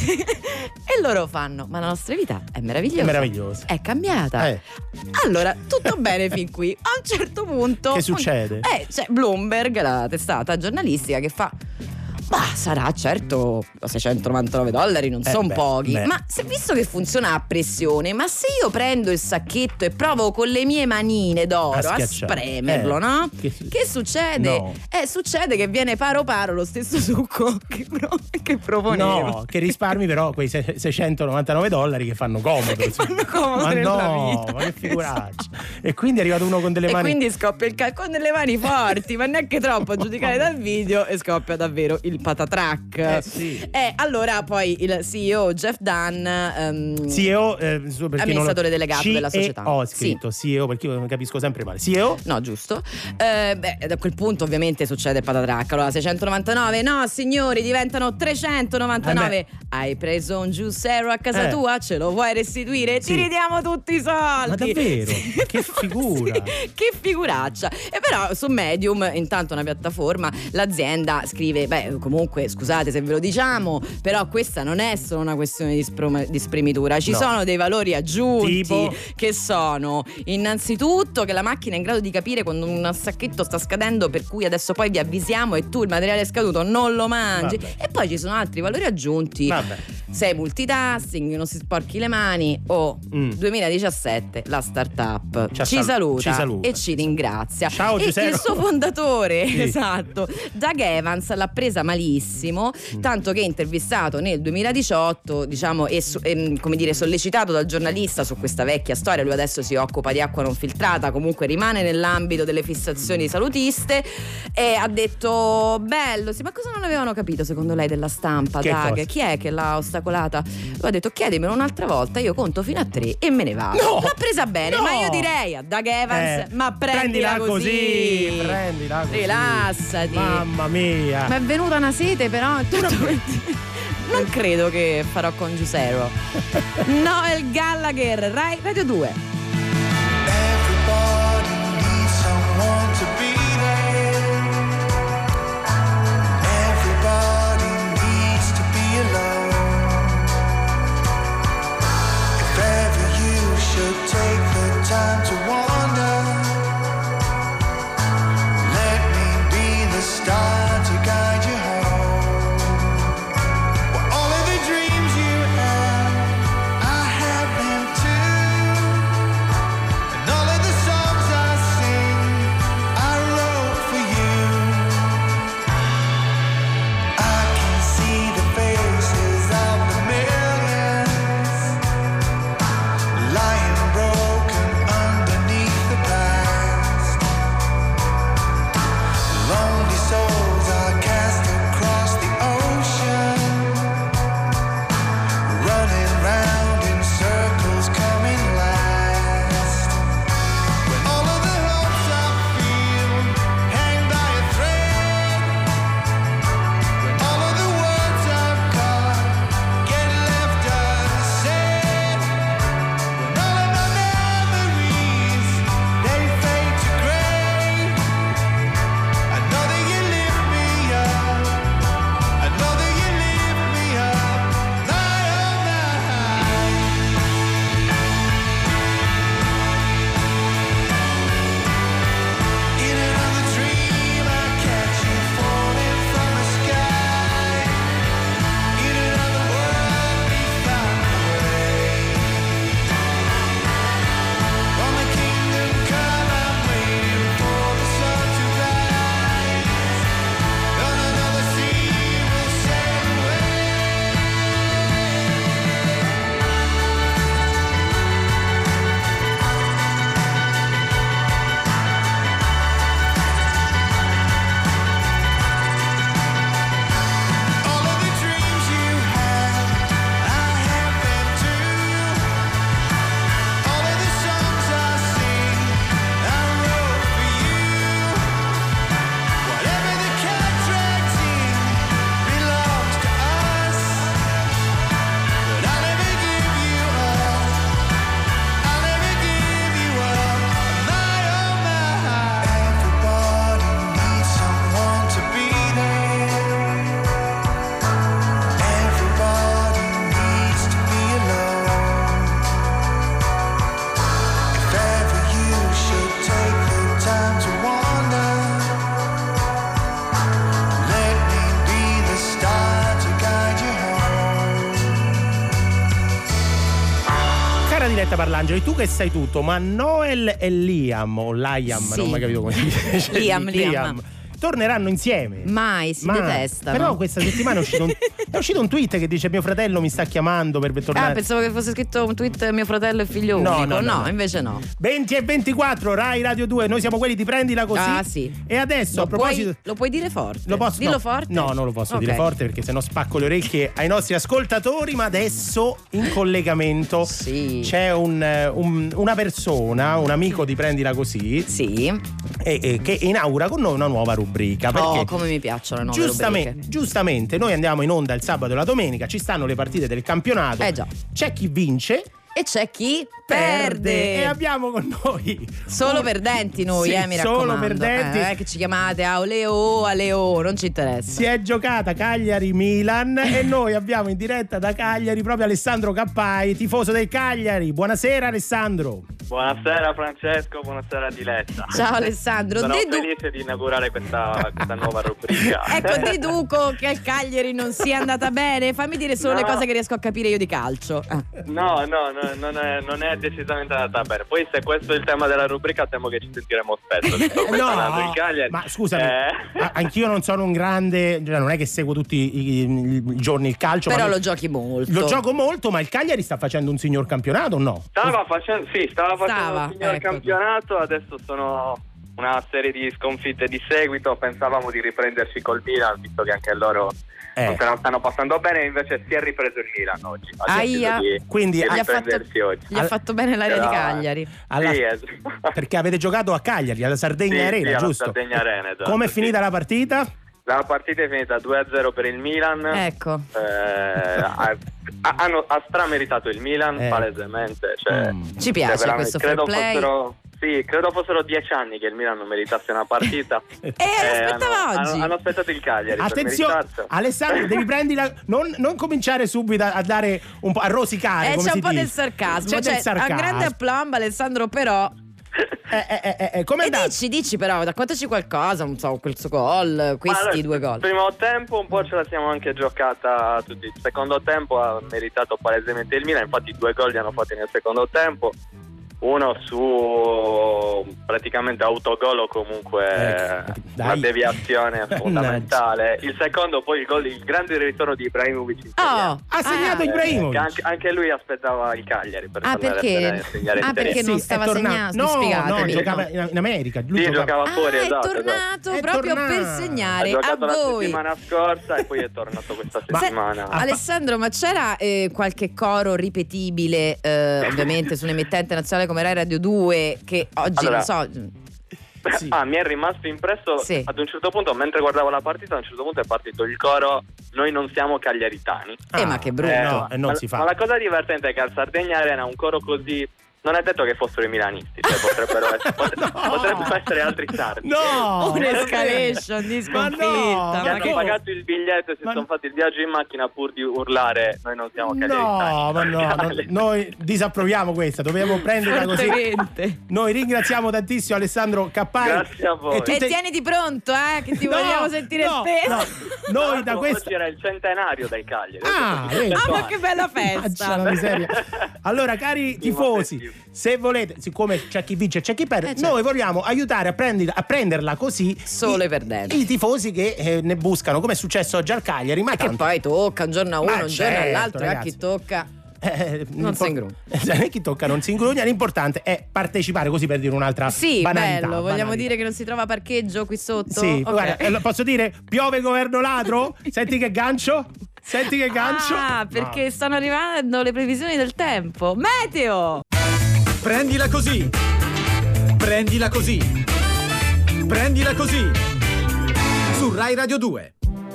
e loro fanno, ma la nostra vita è meravigliosa, È meravigliosa. è cambiata. Eh. Allora, tutto bene fin qui. A un certo punto Che succede? Eh, c'è Bloomberg, la testata giornalistica, che fa: ma sarà certo seicentonovantanove dollari, non Eh sono beh, pochi. beh. Ma se, visto che funziona a pressione, ma se io prendo il sacchetto e provo con le mie manine d'oro A a, schiacciare. spremerlo, Eh, no? che Che, su- succede? No. Eh, succede che viene paro paro lo stesso succo che, pro- che proponevo. No, che risparmi però quei se- seicentonovantanove dollari che fanno comodo. Che insomma. fanno comodo Ma nella no, vita. ma che figuraccia. E quindi è arrivato uno con delle E mani. quindi scoppia il cal- con delle mani forti, ma neanche troppo a giudicare dal video, e scoppia davvero il patatrack. Eh, sì. E allora poi il C E O Jeff Dunn, ehm, C E O, eh, su- per chi non lo- amministratore delegato della società. Ho scritto C E O perché io capisco sempre male. C E O? No, giusto. Eh, beh, da quel punto ovviamente succede il patatrack. Allora, seicentonovantanove, no signori, diventano trecentonovantanove. Eh Hai preso un Giussero a casa Eh. tua? Ce lo vuoi restituire? Sì. Ti ridiamo tutti i soldi. Ma davvero? Ma che figura. Sì, che figuraccia. E però su Medium, intanto una piattaforma, l'azienda scrive: beh, comunque scusate se ve lo diciamo, però questa non è solo una questione di, sprom- di spremitura, ci No. sono dei valori aggiunti, Tipo? che sono innanzitutto che la macchina è in grado di capire quando un sacchetto sta scadendo, per cui adesso poi vi avvisiamo e tu il materiale scaduto non lo mangi. Vabbè. E poi ci sono altri valori aggiunti. Vabbè. Sei multitasking, non si sporchi le mani. O Mm. duemiladiciassette la startup Ci ci, sal- saluta ci saluta. e ci ringrazia. Ciao, e Giuseppe. il suo fondatore, Sì. esatto, Doug Evans, l'ha presa malissimo, Mm. tanto che è intervistato nel duemiladiciotto, diciamo, e, su- e, come dire, sollecitato dal giornalista su questa vecchia storia. Lui adesso si occupa di acqua non filtrata, comunque rimane nell'ambito delle fissazioni salutiste, e ha detto: bello, sì, ma cosa non avevano capito secondo lei della stampa, Che Doug? cosa? Chi è che l'ha ostacolata? Lui ha detto: chiedimelo un'altra volta, io conto fino a tre e me ne vado. No! L'ha presa bene, No! ma io direi a Doug Evans: Eh, ma prendila, così, prendila così. Rilassati. Mamma mia. Ma è venuta una sete, però non credo che farò con Giuseppe. Noel Gallagher, Rai Radio due. Everybody needs someone to be there. Everybody needs to be alone. If ever you should take the time to wander, let me be the star to guide you home. Well, all of the dreams you have, I have them too. Diletta Parlangeli, tu che sai tutto, ma Noel e Liam o Liam, Sì. non ho mai capito come si dice. Liam, Liam. torneranno insieme. Mai, si Ma- detestano. Però questa settimana è uscito, un, è uscito un tweet che dice: mio fratello mi sta chiamando per tornare. Ah, pensavo che fosse scritto un tweet mio fratello e figlio No, unico. no, no, no. invece no. venti e ventiquattro Rai Radio due, noi siamo quelli di Prendila Così. Ah, sì. E adesso Lo a proposito puoi, lo puoi dire forte? Lo posso, Dillo no, forte? No, non lo posso Ok. dire forte perché sennò spacco le orecchie ai nostri ascoltatori. Ma adesso in collegamento Sì. c'è un, eh, un- una persona, un amico di Prendila Così, Sì. e- e che inaugura con noi una nuova rubrica. Perché Oh, come mi piacciono le nuove giustamente, rubriche. giustamente noi andiamo in onda il sabato e la domenica, ci stanno le partite del campionato. Eh già. C'è chi vince, E c'è chi perde. perde. E abbiamo con noi Solo un- perdenti noi, Sì, eh, mi solo raccomando. perdenti. Eh, che ci chiamate a Oleo, a Leo, non ci interessa. Si è giocata Cagliari-Milan e noi abbiamo in diretta da Cagliari proprio Alessandro Cappai, tifoso del Cagliari. Buonasera Alessandro. Buonasera Francesco, buonasera Diletta. Ciao Alessandro. Sono Dedu- felice di inaugurare questa, questa nuova rubrica. Ecco, deduco che al Cagliari non sia andata bene. Fammi dire solo No. le cose che riesco a capire io di calcio. Ah. No, no, no, non, è, non è decisamente andata bene. Poi se questo è il tema della rubrica temo che ci sentiremo spesso. visto come sta andando il Cagliari. ma scusami, Eh. a- anch'io non sono un grande, cioè non è che seguo tutti i, i- i giorni il calcio, Però ma lo giochi molto. lo gioco molto, ma il Cagliari sta facendo un signor campionato o no? Stava facendo, sì, stava facendo Stava, il signor ecco. campionato, adesso sono una serie di sconfitte di seguito. Pensavamo di riprenderci col Milan, visto che anche loro Eh. non se la stanno passando bene, invece si è ripreso il Milan oggi. Ha Aia. deciso di, Quindi di Gli ha fatto, riprendersi oggi. gli ha fatto bene l'area di Però- Cagliari. Alla- Sì, esatto. Perché avete giocato a Cagliari, alla Sardegna Sì, Arena, sì, alla giusto? Sardegna Arena, esatto, Come è sì. finita la partita? La partita è finita due a zero per il Milan. Ecco. Eh, ha, ha- hanno, ha strameritato il Milan, Eh. palesemente. Cioè, Mm. Ci piace cioè, veramente, questo fair credo play. fossero, sì, credo fossero dieci anni che il Milan non meritasse una partita. E Eh, aspettava hanno, oggi. hanno, hanno aspettato il Cagliari Attenzione, per meritarselo. Alessandro, devi prendila. Non, non cominciare subito a, a dare un po' a rosicare. Eh, come c'è si un po' dice. del sarcasmo. C'è Cioè, del sarcasmo. a grande aplomb, Alessandro, però. Eh, eh, eh, eh, com'è E andato? dici, dici però, raccontaci qualcosa, non so, quel suo gol, questi Allora, due gol. Il primo tempo un po' ce la siamo anche giocata tutti. Il secondo tempo ha meritato palesemente il Milan, infatti due gol li hanno fatti nel secondo tempo. Uno su praticamente autogol o comunque Ecco, dai. una deviazione fondamentale. Il secondo poi il gol, il grande ritorno di Ibrahimovic in Serie A. Oh, Ha segnato ah, Ibrahimovic. Che anche, anche lui aspettava il Cagliari per Ah, tornare perché? a segnare in Ah, Serie A. perché non Sì, è stava tornato- segnando, No, spiegatemi. no, giocava in, in America. Lui Sì, giocava- giocava fuori, Ah, esatto, è tornato esatto. È proprio tornato. per Ha segnare a giocato la voi. settimana scorsa e poi è tornato questa Ma- settimana. Ah, Alessandro, ma c'era eh, qualche coro ripetibile, eh, ovviamente su un'emittente nazionale come Rai Radio due, che oggi Allora, non so. Sì. Ah, mi è rimasto impresso Sì. ad un certo punto, mentre guardavo la partita, a un certo punto è partito il coro "Noi non siamo cagliaritani". Eh, ma che brutto. Eh, no, e non ma, si fa. ma la cosa divertente è che al Sardegna Arena un coro così non è detto che fossero i milanisti, cioè potrebbero, essere, potre- No. potrebbero essere altri sardi. No! Un'escalation di Ma no, sconfitta. Che ma hanno come? pagato il biglietto e si Ma- sono fatti il viaggio in macchina pur di urlare "Noi non siamo cagliaritani". No, ma no, no, noi disapproviamo questa, dobbiamo prenderla così. Fortemente. Noi ringraziamo tantissimo Alessandro Cappai. Grazie a voi. E tu E te- tieniti pronto, eh, che ti No, vogliamo sentire no, stesso. no. Noi da Tra l'altro, questa oggi era il centenario del Cagliari. Ah, Oggi è vedi. Ah, cento ma anni. che bella Mannaggia festa. la miseria. Allora, cari tifosi, se volete, siccome c'è chi vince e c'è chi perde, Eh, certo. noi vogliamo aiutare a, prendi- a prenderla così Solo i, i perdenti. i tifosi che eh, ne buscano, come è successo oggi al Cagliari. Ma Che tanto, poi tocca un giorno a uno, Ma un giorno certo, all'altro, e a ragazzi. chi tocca. eh, Non si impor- Eh, chi tocca non si ingrugna. L'importante è partecipare, così per dire un'altra Sì, banalità. bello, vogliamo banalità. dire che non si trova parcheggio qui sotto? Sì, Ok. guarda, eh, posso dire piove governo ladro? Senti che gancio? Senti che gancio? Ah, perché stanno arrivando le previsioni del tempo. Meteo! Prendila così. Prendila così. Prendila così. Su Rai Radio due.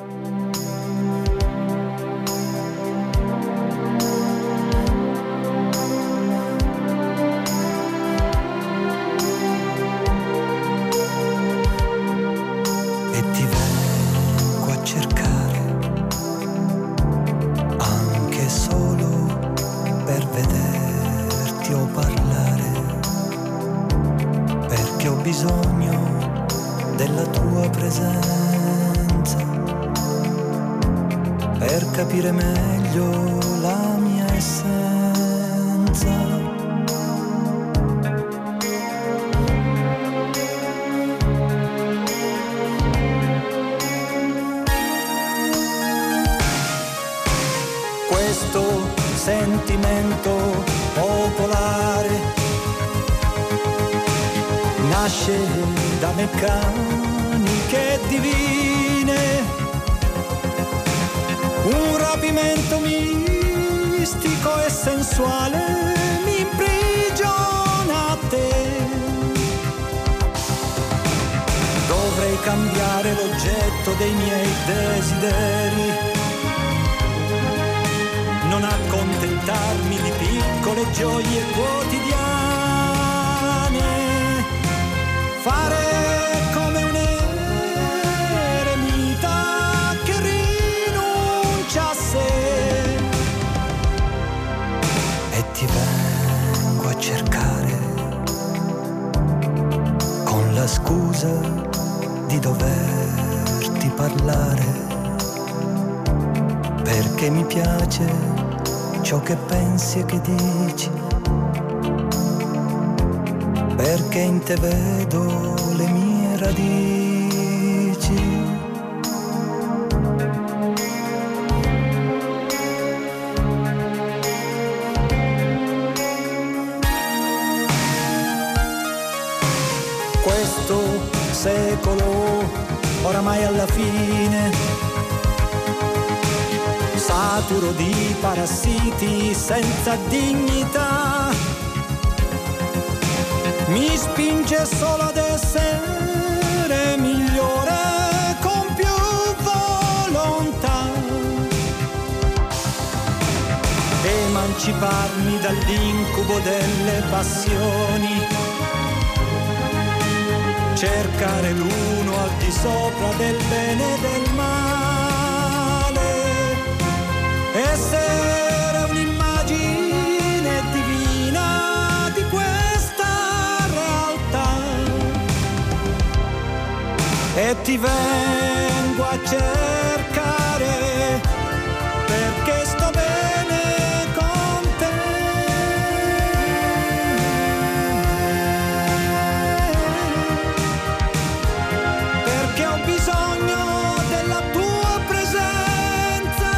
E ti vengo a cercare anche solo per vederti o parlare, perché ho bisogno della tua presenza per capire meglio la mia essenza. questo sentimento popolare nasce da meccaniche divine, un rapimento mistico e sensuale mi imprigiona a te. Dovrei cambiare l'oggetto dei miei desideri, non accontentarmi di piccole gioie quotidiane, fare come un eremita che rinuncia a sé. E ti vengo a cercare con la scusa di doverti parlare, perché mi piace ciò che pensi e che dici, perché in te vedo le mie radici. Questo secolo oramai alla fine, saturo di parassiti senza dignità, mi spinge solo ad essere migliore con più volontà, emanciparmi dall'incubo delle passioni, cercare l'uno al di sopra del bene e del male, essere un'immagine divina di questa realtà. E ti vengo a cercare perché sto bene con te. Perché ho bisogno della tua presenza.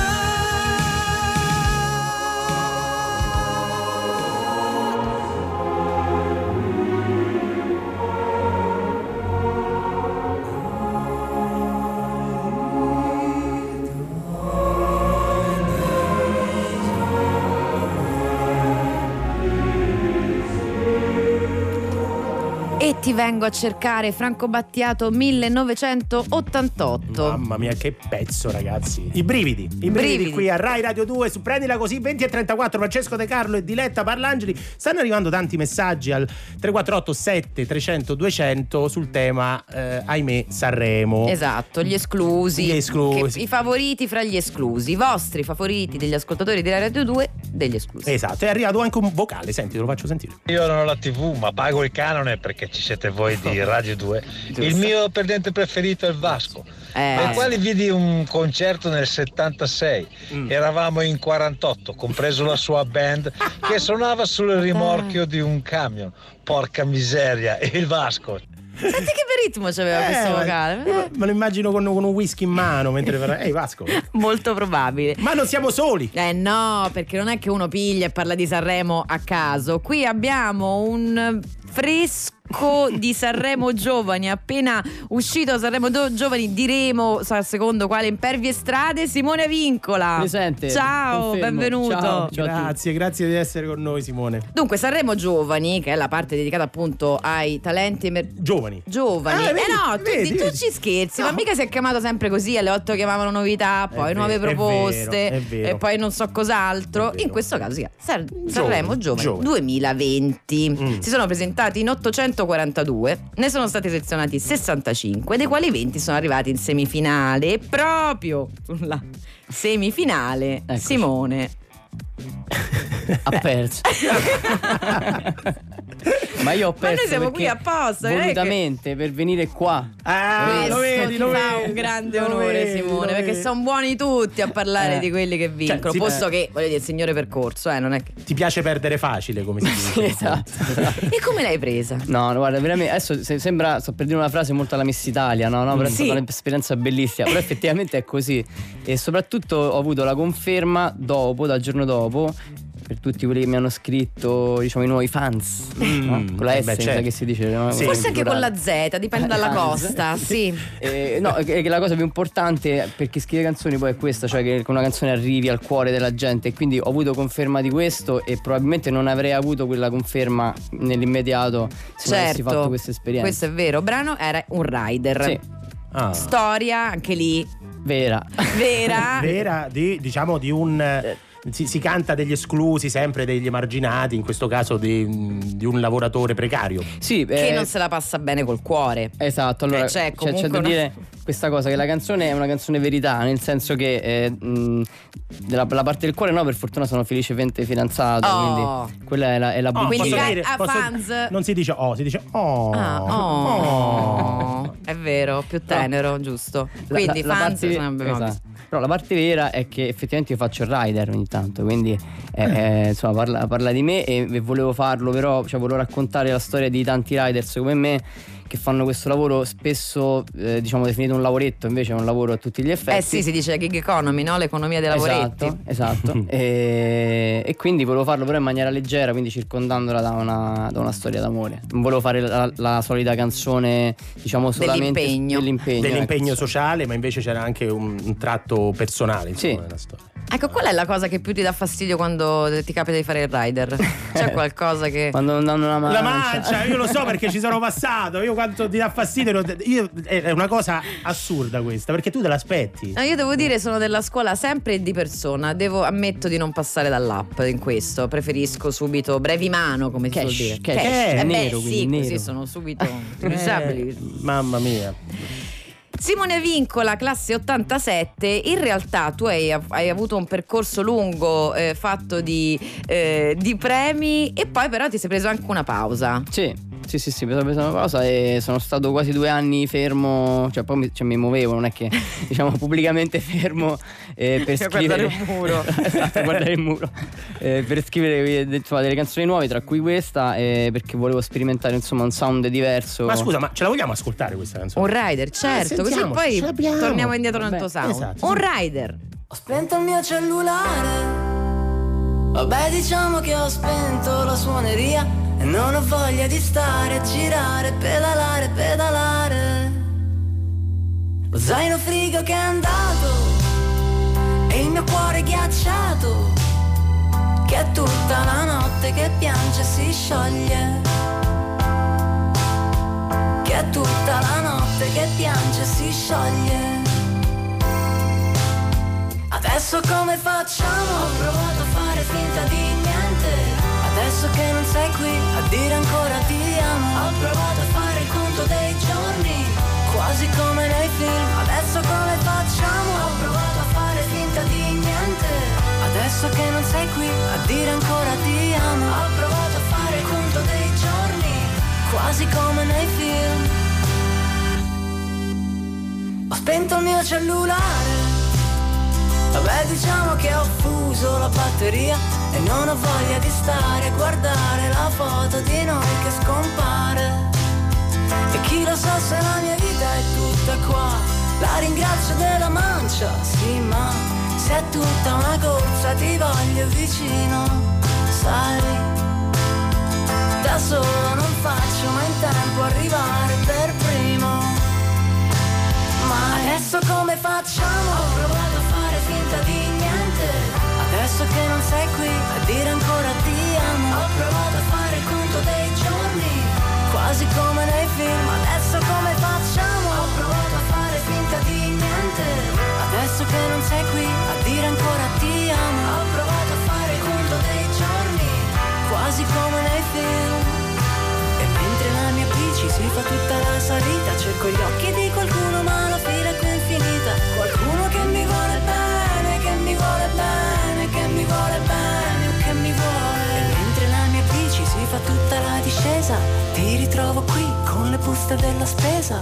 E ti vengo a cercare, Franco Battiato, millenovecentottantotto. Mamma mia, che pezzo, ragazzi. I brividi, i brividi, Brividi. qui a Rai Radio due su Prendila Così. Venti e trentaquattro, Francesco De Carlo e Diletta Parlangeli. Stanno arrivando tanti messaggi al tre quattro otto sette trecento duecento sul tema eh, ahimè Sanremo. Esatto, gli esclusi. Gli esclusi. Che- I favoriti fra gli esclusi. I vostri favoriti degli ascoltatori di Rai Radio due degli esclusi. Esatto, è arrivato anche un vocale, senti, te lo faccio sentire. Io non ho la tivù, ma pago il canone perché ci siete voi di Radio due. Il mio perdente preferito è il Vasco, Eh. nel quale vidi un concerto nel settantasei. Mm. Eravamo in quarantotto, compreso la sua band, che suonava sul rimorchio di un camion. Porca miseria, e il Vasco. Senti che ritmo c'aveva Eh, questo ma- vocale. Me me lo immagino con, con un whisky in mano mentre parla. Ehi Vasco. Molto probabile. Ma non siamo soli. Eh no, perché non è che uno piglia e parla di Sanremo a caso. Qui abbiamo un fresco di Sanremo Giovani, appena uscito Sanremo Do- Giovani, diremo sa, secondo quale impervie strade. Simone Vincola. Presente. Ciao, Confermo. benvenuto. Ciao, ciao a tutti. Grazie, grazie di essere con noi, Simone. Dunque, Sanremo Giovani, che è la parte dedicata appunto ai talenti emer- Giovani. giovani. Ah, vedi, eh no, tu, vedi, tu vedi. ci scherzi, No. ma mica si è chiamato sempre così. Alle otto chiamavano novità, poi È nuove vero, è proposte, vero, è vero. e poi non so cos'altro. È vero. In questo caso si chiama San- Sanremo Giovani, Giovani. duemilaventi. Mm. Si sono presentati in ottocentoquarantadue, ne sono stati selezionati sessantacinque, dei quali venti sono arrivati in semifinale. E proprio sulla semifinale Eccoci. Simone Ha perso. Ma io ho perso. Ma noi siamo qui perché apposta, volutamente per venire qua. Ah, lo vedi, ti lo fa vedi, un grande lo onore, vedi, Simone, lo perché vedi. sono buoni tutti a parlare Eh. di quelli che vincono. Cioè, sì, posto eh. che, voglio dire, il signore percorso, eh, non è che. Ti piace perdere facile, come si dice. Esatto. E come l'hai presa? No, no, guarda, veramente adesso se- sembra, sto per dire una frase molto alla Miss Italia, no? no però è Sì. stata un'esperienza bellissima, però effettivamente è così. E soprattutto ho avuto la conferma dopo, dal giorno dopo, per tutti quelli che mi hanno scritto, diciamo, i nuovi fans, Mm, no? Con la eh S beh, mi sa certo. che si dice, no? Sì. Forse anche con Plurale. la Z, dipende dalla Fans. costa, sì. Eh, no, è che la cosa più importante per chi scrive canzoni poi è questa, cioè che con una canzone arrivi al cuore della gente, e quindi ho avuto conferma di questo e probabilmente non avrei avuto quella conferma nell'immediato se non avessi Certo, fatto questa esperienza. questo è vero. Brano era un rider. Sì. Ah. Storia, anche lì, Vera. vera. Vera di, diciamo, di un eh, si, si canta degli esclusi, sempre degli emarginati, in questo caso di, di un lavoratore precario. Sì, Che eh, non se la passa bene col cuore. esatto, allora Eh, c'è c'è, c'è comunque da una- dire questa cosa, che la canzone è una canzone verità, nel senso che eh, mh, della, la parte del cuore no, per fortuna sono felicemente fidanzato, Oh. quindi quella è la, è la Oh, Quindi posso a- dire- a posso- fans. Non si dice oh, si dice oh. Ah, oh. È vero, più tenero, giusto. La- Quindi la- la fans parte- sarebbe esatto. mosso. Però la parte vera è che effettivamente io faccio il rider ogni tanto, quindi eh, eh, insomma parla, parla di me e, e volevo farlo, però cioè, volevo raccontare la storia di tanti riders come me che fanno questo lavoro spesso eh, diciamo definito un lavoretto, invece è un lavoro a tutti gli effetti. Eh sì, si dice gig economy, no? L'economia dei lavoretti. Esatto, esatto. e, e quindi volevo farlo però in maniera leggera, quindi circondandola da una, da una storia d'amore. Non volevo fare la, la solita canzone, diciamo, solamente Dell'impegno. dell'impegno, Dell'impegno ecco. sociale, ma invece c'era anche un, un tratto personale, insomma, Sì. nella storia. Ecco, qual è la cosa che più ti dà fastidio quando ti capita di fare il rider? C'è qualcosa che. Quando non danno una mancia. La mancia, io lo so perché ci sono passato. Io quanto ti dà fastidio, io, è una cosa assurda questa, perché tu te l'aspetti. No, io devo dire, sono della scuola sempre e di persona. Devo, ammetto di non passare dall'app in questo. Preferisco subito brevi mano, come si Cash, suol dire. cash. Cash. Eh, Eh beh, nero, sì, quindi così nero. sono subito utilizzabili. Eh, mamma mia. Simone Vincola, classe ottantasette. In realtà tu hai, hai avuto un percorso lungo, eh, fatto di, eh, di premi, e poi però ti sei preso anche una pausa. Sì, sì, sì, sì, mi sono preso una pausa e sono stato quasi due anni fermo, cioè poi mi, cioè, mi muovevo, non è che diciamo pubblicamente fermo eh, per A scrivere guardare il muro. esatto, a guardare il muro eh, per scrivere eh, insomma, delle canzoni nuove, tra cui questa, eh, perché volevo sperimentare insomma un sound diverso. Ma scusa, ma ce la vogliamo ascoltare questa canzone? Un rider, certo, così sentiamo, poi ce l'abbiamo. torniamo indietro nel Vabbè, tuo sound. esatto, Un sì. rider. Ho spento il mio cellulare. Vabbè, diciamo che ho spento la suoneria e non ho voglia di stare a girare, pedalare, pedalare. Lo zaino frigo che è andato e il mio cuore ghiacciato, che è tutta la notte che piange e si scioglie. Che è tutta la notte che piange e si scioglie. Adesso come facciamo? Ho provato a fare finta di niente. Adesso che non sei qui a dire ancora ti amo. Ho provato a fare il conto dei giorni, quasi come nei film. Adesso come facciamo? Ho provato a fare finta di niente. Adesso che non sei qui a dire ancora ti amo. Ho provato a fare il conto dei giorni, quasi come nei film. Ho spento il mio cellulare. Vabbè, diciamo che ho fuso la batteria e non ho voglia di stare a guardare la foto di noi che scompare. E chi lo sa se la mia vita è tutta qua, la ringrazio della mancia, sì, ma se è tutta una corsa ti voglio vicino, sai. Da solo non faccio mai in tempo arrivare per primo. Ma adesso come facciamo? Ho provato a fare finta di niente. Adesso che non sei qui a dire ancora ti amo. Ho provato a fare il conto dei giorni, quasi come nei film. Adesso come facciamo? Ho provato a fare finta di niente. Adesso che non sei qui a dire ancora ti amo. Ho provato a fare il conto dei giorni, quasi come nei film. E mentre la mia bici si fa tutta la salita, cerco gli occhi di qualcuno ma la fila è qui infinita. Qualcuno che mi vuole bene, che mi vuole bene, che mi vuole bene, che mi vuole. E mentre la mia bici si fa tutta la discesa, attesa, ti ritrovo qui con le buste della spesa.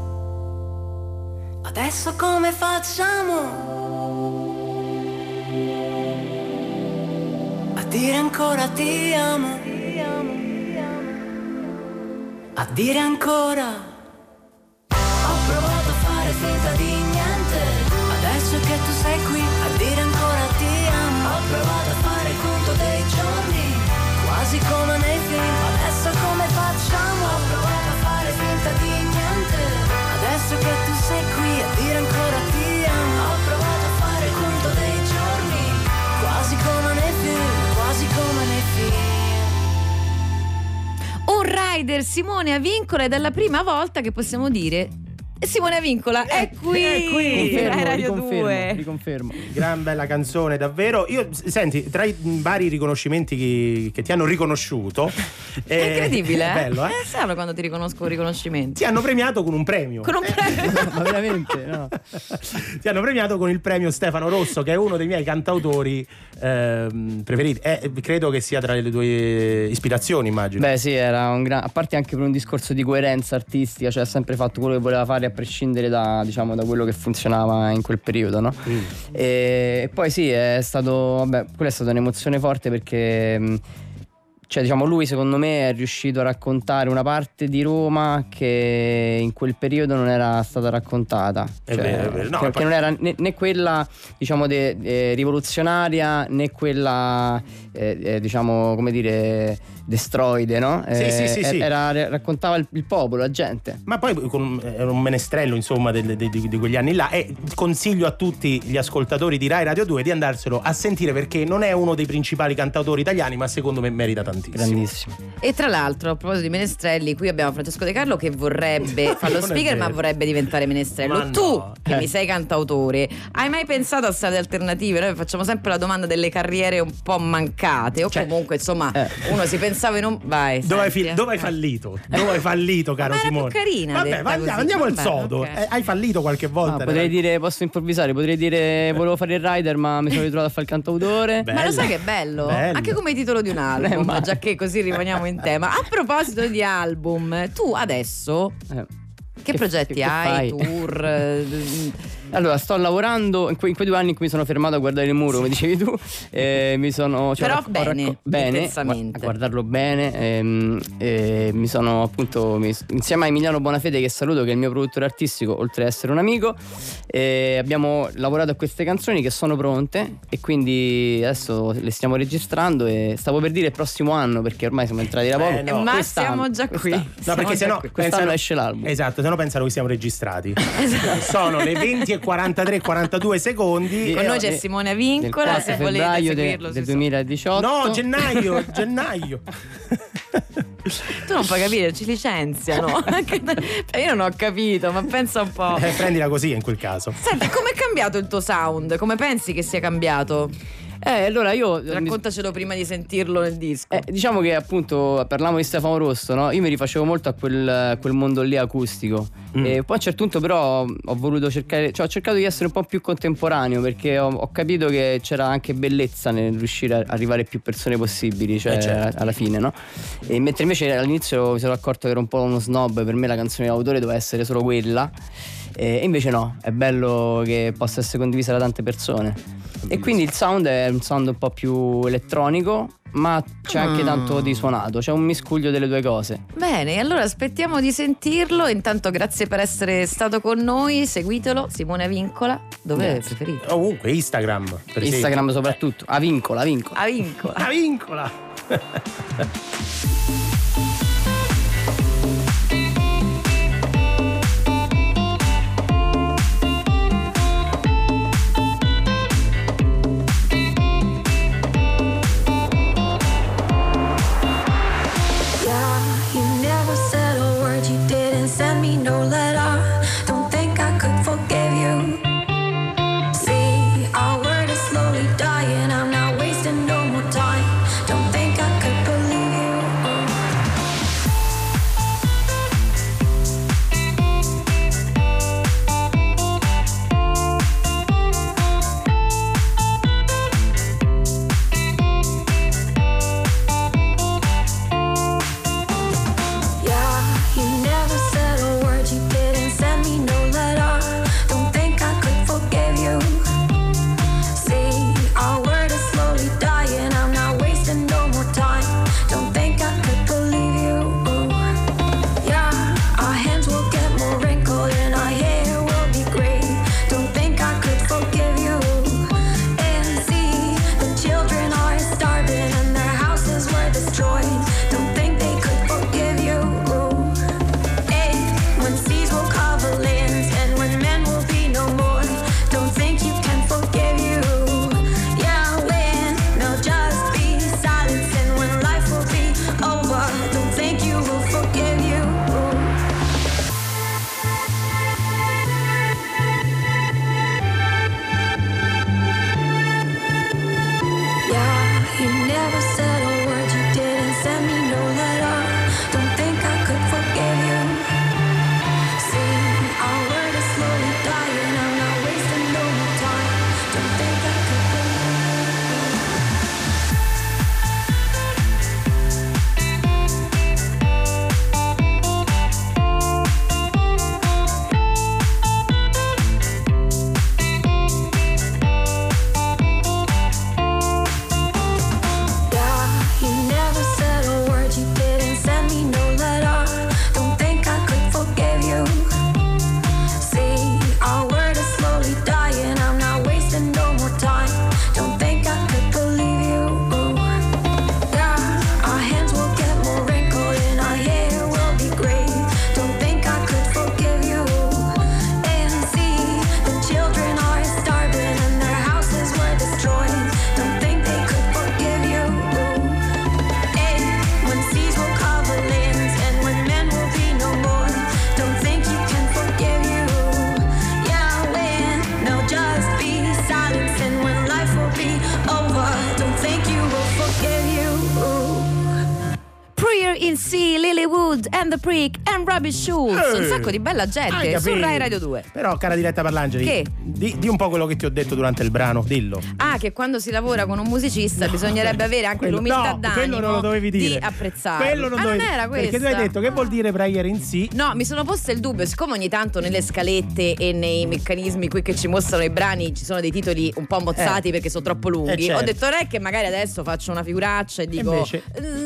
Adesso come facciamo a dire ancora ti amo, a dire ancora. Ho provato a fare finta di niente, adesso che tu sei qui a dire ancora ti amo. Ho provato a fare il conto dei giorni, quasi come nei film. Adesso come facciamo? Ho provato a fare finta di niente, adesso che tu sei qui a dire ancora ti amo. Ho provato a fare il conto dei giorni, quasi come nei film, quasi come nei film. Un rider Simone Avincola, ed è la prima volta che possiamo dire Simone Avincola è qui, è qui. Rai Radio due. Riconfermo. Gran bella canzone, davvero. Io, senti, tra i vari riconoscimenti che, che ti hanno riconosciuto, È eh, incredibile, è bello, eh? È strano quando ti riconosco riconoscimenti. Ti hanno premiato con un premio. Con un premio. Ma veramente, no. Ti hanno premiato con il premio Stefano Rosso, che è uno dei miei cantautori ehm, preferiti. Eh, credo che sia tra le tue ispirazioni, immagino. Beh sì, era un gran... a parte anche per un discorso di coerenza artistica, cioè ha sempre fatto quello che voleva fare a prescindere da, diciamo, da quello che funzionava in quel periodo, no? Mm. E, e poi sì, è stato, vabbè, quella è stata un'emozione forte perché, cioè, diciamo, lui secondo me è riuscito a raccontare una parte di Roma che in quel periodo non era stata raccontata. È cioè, vero, è vero. No, che, poi... che non era né, né quella, diciamo, de, de, rivoluzionaria, né quella, eh, eh, diciamo, come dire, destroide, no? Sì, eh, sì, sì, sì. Era, raccontava il, il popolo, la gente. Ma poi con, era un menestrello, insomma, di, di, di quegli anni là. E consiglio a tutti gli ascoltatori di Rai Radio due di andarselo a sentire, perché non è uno dei principali cantautori italiani, ma secondo me merita tantissimo. Grandissimo. E tra l'altro, a proposito di menestrelli, qui abbiamo Francesco De Carlo che vorrebbe fare lo speaker, ma vorrebbe diventare menestrello. Ma tu, no. che Eh. mi sei cantautore, hai mai pensato a strade alternative? Noi facciamo sempre la domanda delle carriere un po' mancate, o Cioè, comunque, insomma, eh. uno si pensava in un... Vai. Dove hai, senti, fi- eh. dove hai fallito? Dove hai fallito, caro Ma era più Simone? carina Vabbè, detta ma andiamo, così. andiamo al Vabbè, sodo. ok. Eh, hai fallito qualche volta? No, potrei dire, posso improvvisare, potrei dire volevo fare il rider ma mi sono ritrovato a fare il cantautore. Ma lo sai che è bello? Bello. Anche come titolo di un album, Eh, ma- già che così rimaniamo in tema. A proposito di album, tu adesso Eh. che, Che- progetti che- che hai? fai? Tour? eh, Allora, sto lavorando in, que- in quei due anni in cui mi sono fermato a guardare il muro, come dicevi tu. eh, mi sono cioè, Però ho bene, racco- bene, intensamente. a guardarlo bene. ehm, e mi sono appunto mi- insieme a Emiliano Bonafede, che saluto, che è il mio produttore artistico, oltre ad essere un amico. eh, abbiamo lavorato a queste canzoni che sono pronte e quindi adesso le stiamo registrando. E stavo per dire il prossimo anno, perché ormai siamo entrati da poco. Eh, no. Ma Quest'anno, siamo già qui. quest'anno. No, perché sennò Quest'anno pensano- esce l'album. Esatto, se no pensano che siamo registrati. Esatto. Sono le venti e quarantatré quarantadue secondi. Con e- noi c'è e- Simone Del Avincola, quattro se volete febbraio de- seguirlo del sui duemiladiciotto. No, gennaio, gennaio. Tu non puoi capire, ci licenziano. Anche- Io non ho capito, ma pensa un po'. Eh, prendila così in quel caso. Senti, com'è cambiato il tuo sound? Come pensi che sia cambiato? Eh, allora io Raccontacelo prima di sentirlo nel disco. Eh, diciamo che appunto parlavamo di Stefano Rosso, no? Io mi rifacevo molto a quel, quel mondo lì acustico. Mm. E poi a un certo punto però ho voluto cercare, cioè ho cercato di essere un po' più contemporaneo, perché ho, ho capito che c'era anche bellezza nel riuscire a arrivare a più persone possibili, cioè Eh, certo. alla fine, no? E mentre invece all'inizio mi sono accorto che ero un po' uno snob, per me la canzone d'autore doveva essere solo quella. E invece no, è bello che possa essere condivisa da tante persone. E quindi il sound è un sound un po' più elettronico, ma c'è anche Ah. tanto di suonato, c'è un miscuglio delle due cose. Bene, allora aspettiamo di sentirlo. Intanto grazie per essere stato con noi. Seguitelo, Simone Avincola. Dove Grazie. preferite? Ovunque, Instagram. Per Instagram soprattutto, Avincola, Avincola. Avincola. Avincola. Yeah, you never said a word, you didn't send me no letter. Don't think I could forgive you. See, our word is slowly dying. I'm not wasting no more time. Don't think I could believe you. In C, Lilywood and the Prick and Robbie Schulz. Eh, un sacco di bella gente su Rai Radio due. Però, cara Diletta Parlangeli, che? Di, di un po' quello che ti ho detto durante il brano, dillo. Ah, che quando si lavora con un musicista no, bisognerebbe avere anche quello, l'umiltà no, d'animo quello non lo dovevi dire. Di apprezzare. Quello non, ah, dovevi... non era questo. Perché tu hai detto che vuol dire Prayer in C. No, mi sono posta il dubbio, siccome ogni tanto nelle scalette e nei meccanismi qui che ci mostrano i brani ci sono dei titoli un po' mozzati eh. perché sono troppo lunghi. Eh, certo. Ho detto non è che magari adesso faccio una figuraccia e dico invece,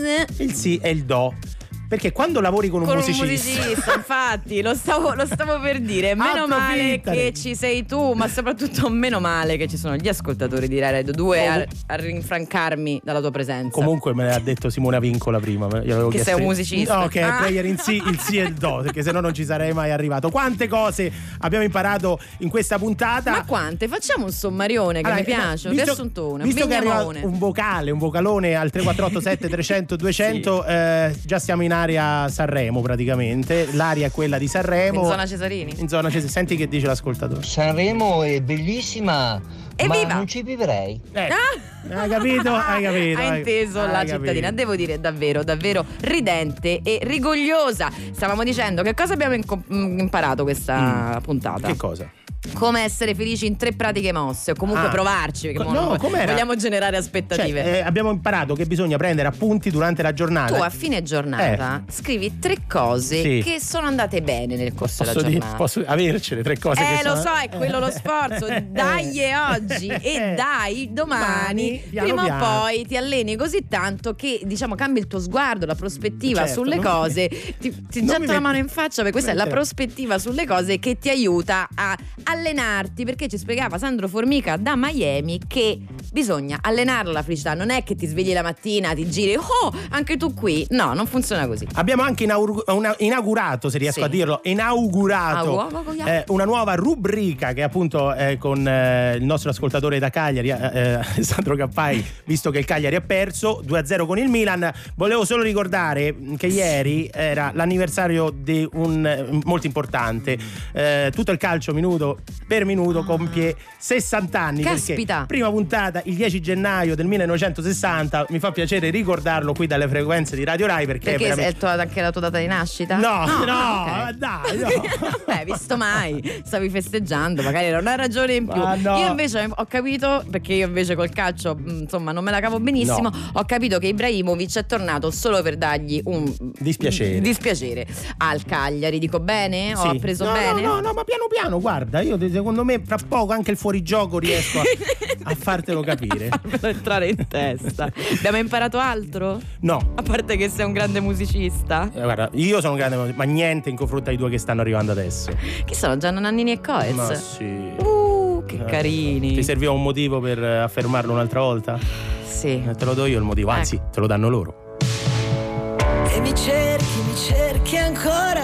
il sì e il do. Perché quando lavori con un con musicista, un musicista infatti lo stavo, lo stavo per dire. Meno male che ci sei tu, ma soprattutto meno male che ci sono gli ascoltatori di Rai Radio due a, a rinfrancarmi dalla tua presenza. Comunque me l'ha detto Simona Vincola prima. Io che sei un musicista. No, che ah. è Prayer in sì, il sì e il do, perché sennò non ci sarei mai arrivato. Quante cose abbiamo imparato in questa puntata. Ma quante? Facciamo un sommarione che allora, mi piace, un riassuntone. Visto che arriva un vocale, un vocalone al tre quattro otto sette trecento duecento, sì. eh, già siamo in area Sanremo praticamente, l'aria è quella di Sanremo. In zona Cesarini. In zona Cesarini. Senti che dice l'ascoltatore. Sanremo è bellissima, Evviva! ma non ci vivrei. Eh, ah! Hai capito? Hai capito? Hai inteso hai la capito. cittadina. Devo dire davvero, davvero ridente e rigogliosa. Stavamo dicendo che cosa abbiamo inco- imparato questa mm. puntata. Che cosa? Come essere felici in tre pratiche mosse o comunque ah, provarci perché no, vogliamo generare aspettative. Cioè, eh, abbiamo imparato che bisogna prendere appunti durante la giornata. Tu a fine giornata eh. scrivi tre cose sì. che sono andate bene nel corso posso della giornata. Di, posso avercele tre cose eh che lo sono... so, è quello lo sforzo. Dai oggi e dai domani, piano prima piano. o poi ti alleni così tanto che diciamo cambi il tuo sguardo, la prospettiva certo, sulle cose. Mi... Ti, ti getto la mano in faccia perché questa è la prospettiva sulle cose che ti aiuta a allenarti, perché ci spiegava Sandro Formica da Miami che bisogna allenare la felicità, non è che ti svegli la mattina, ti giri, oh anche tu qui, no, non funziona così. Abbiamo anche inaug- una- inaugurato, se riesco sì. a dirlo, inaugurato ah, eh, una nuova rubrica che appunto eh, con eh, il nostro ascoltatore da Cagliari, eh, Alessandro Cappai, visto che il Cagliari ha perso due a zero con il Milan. Volevo solo ricordare che ieri era l'anniversario di un molto importante, eh, tutto il calcio minuto per minuto compie sessanta anni. Caspita. Prima puntata il dieci gennaio del millenovecentosessanta, mi fa piacere ricordarlo qui dalle frequenze di Radio Rai perché, perché è, veramente... è tua, anche la tua data di nascita? No, no, no okay. dai, no. Beh, visto mai, stavi festeggiando, magari era una ragione in più. No. Io invece ho capito, perché io invece col calcio insomma non me la cavo benissimo, no. ho capito che Ibrahimovic è tornato solo per dargli un dispiacere, dispiacere. al Cagliari, dico bene? Sì. Ho appreso no, bene? No, no, no, ma piano piano, guarda, io secondo me fra poco anche il fuorigioco riesco a, a fartelo capire. A farmelo entrare in testa. Abbiamo imparato altro? No. A parte che sei un grande musicista? Eh, guarda, io sono un grande musicista, ma niente in confronto ai due che stanno arrivando adesso. Chi sono? Gianna Nannini e Coez? Ma sì. Uh, che eh, carini. Ti serviva un motivo per affermarlo un'altra volta? Sì. Eh, te lo do io il motivo, anzi, ecco. te lo danno loro. E mi cerchi, mi cerchi ancora.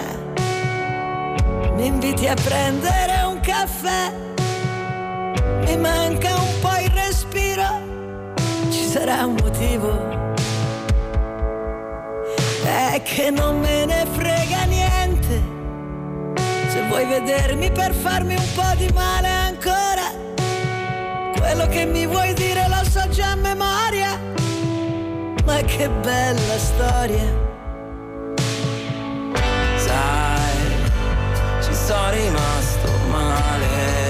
Mi inviti a prendere un caffè. Mi manca un po' il respiro. Ci sarà un motivo. È che non me ne frega niente. Se vuoi vedermi per farmi un po' di male ancora, quello che mi vuoi dire lo so già a memoria. Ma che bella storia. Sai, ci sono rimasto male.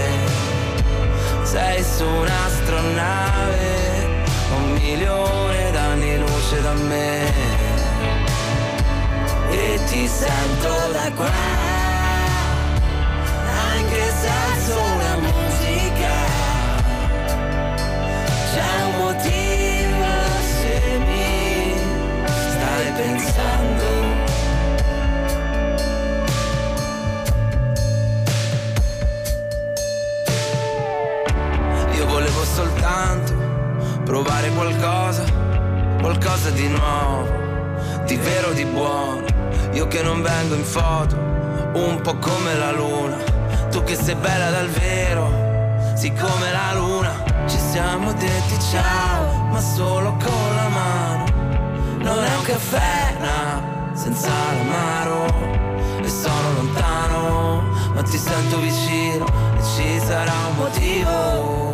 Sei su un'astronave, un milione d'anni luce da me. E ti sento da qua, anche se alzo una musica. C'è un motivo se mi stai pensando. Volevo soltanto provare qualcosa, qualcosa di nuovo, di vero, di buono. Io che non vengo in foto, un po' come la luna. Tu che sei bella dal vero, sì come la luna. Ci siamo detti ciao, ma solo con la mano. Non è un caffè, no, senza l'amaro. E sono lontano, ma ti sento vicino. E ci sarà un motivo.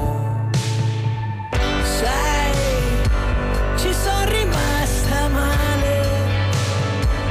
Sai, ci sono rimasta male.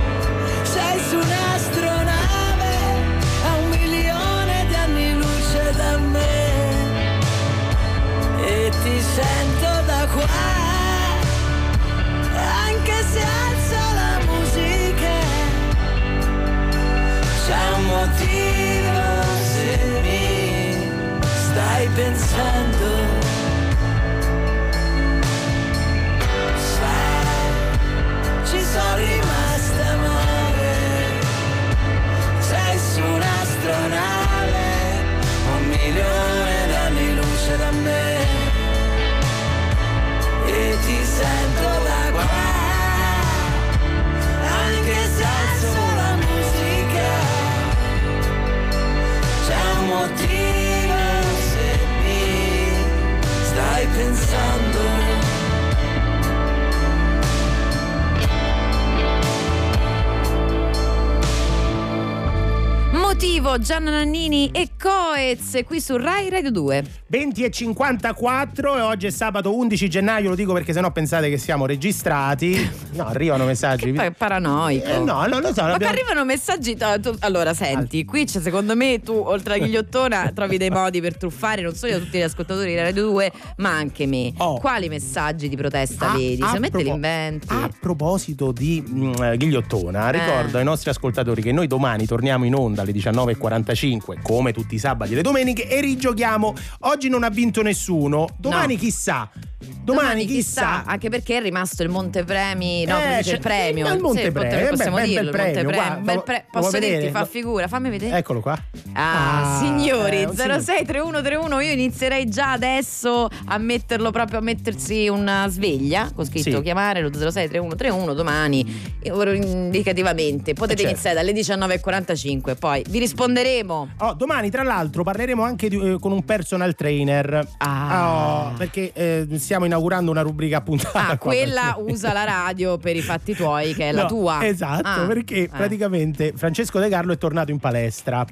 Motivo, Gianna Nannini e Coez qui su Rai Radio due. venti e cinquantaquattro e oggi è sabato undici gennaio, lo dico perché sennò pensate che siamo registrati. No, arrivano messaggi. Che paranoico. Eh, no, non lo so. Ma abbiamo... che arrivano messaggi. Tu, allora, senti, qui c'è, secondo me, tu oltre alla ghigliottona trovi dei modi per truffare non solo tutti gli ascoltatori di Radio due, ma anche me. Oh. Quali messaggi di protesta a, vedi? Se me te li inventi. A proposito di mh, ghigliottona, eh. ricordo ai nostri ascoltatori che noi domani torniamo in onda alle diciannove e quarantacinque, come tutti i sabati e le domeniche, e rigiochiamo. Oggi non ha vinto nessuno, domani no. chissà. Domani, Domani chissà. chissà, anche perché è rimasto il Montepremi, no, eh, dice il premio. Il Montepremi, sì, possiamo beh, dirlo, bel premio, il Montepremi. guarda, Bel pre- posso vedere? dirti, fa figura, fammi vedere. Eccolo qua. Ah, ah signori, eh, zero sei tre uno tre uno, io inizierei già adesso a metterlo proprio a mettersi una sveglia con scritto sì. chiamare lo zero sei tre uno tre uno domani, indicativamente. Potete certo. iniziare dalle diciannove e quarantacinque, poi vi risponderemo. Oh, domani tra l'altro parleremo anche di, eh, con un personal trainer. Ah. Oh, perché eh, stiamo inaugurando una rubrica appuntata. Ah, quella perché... usa la radio per i fatti tuoi, che è no, la tua. Esatto, ah. perché eh. praticamente Francesco De Carlo è tornato in palestra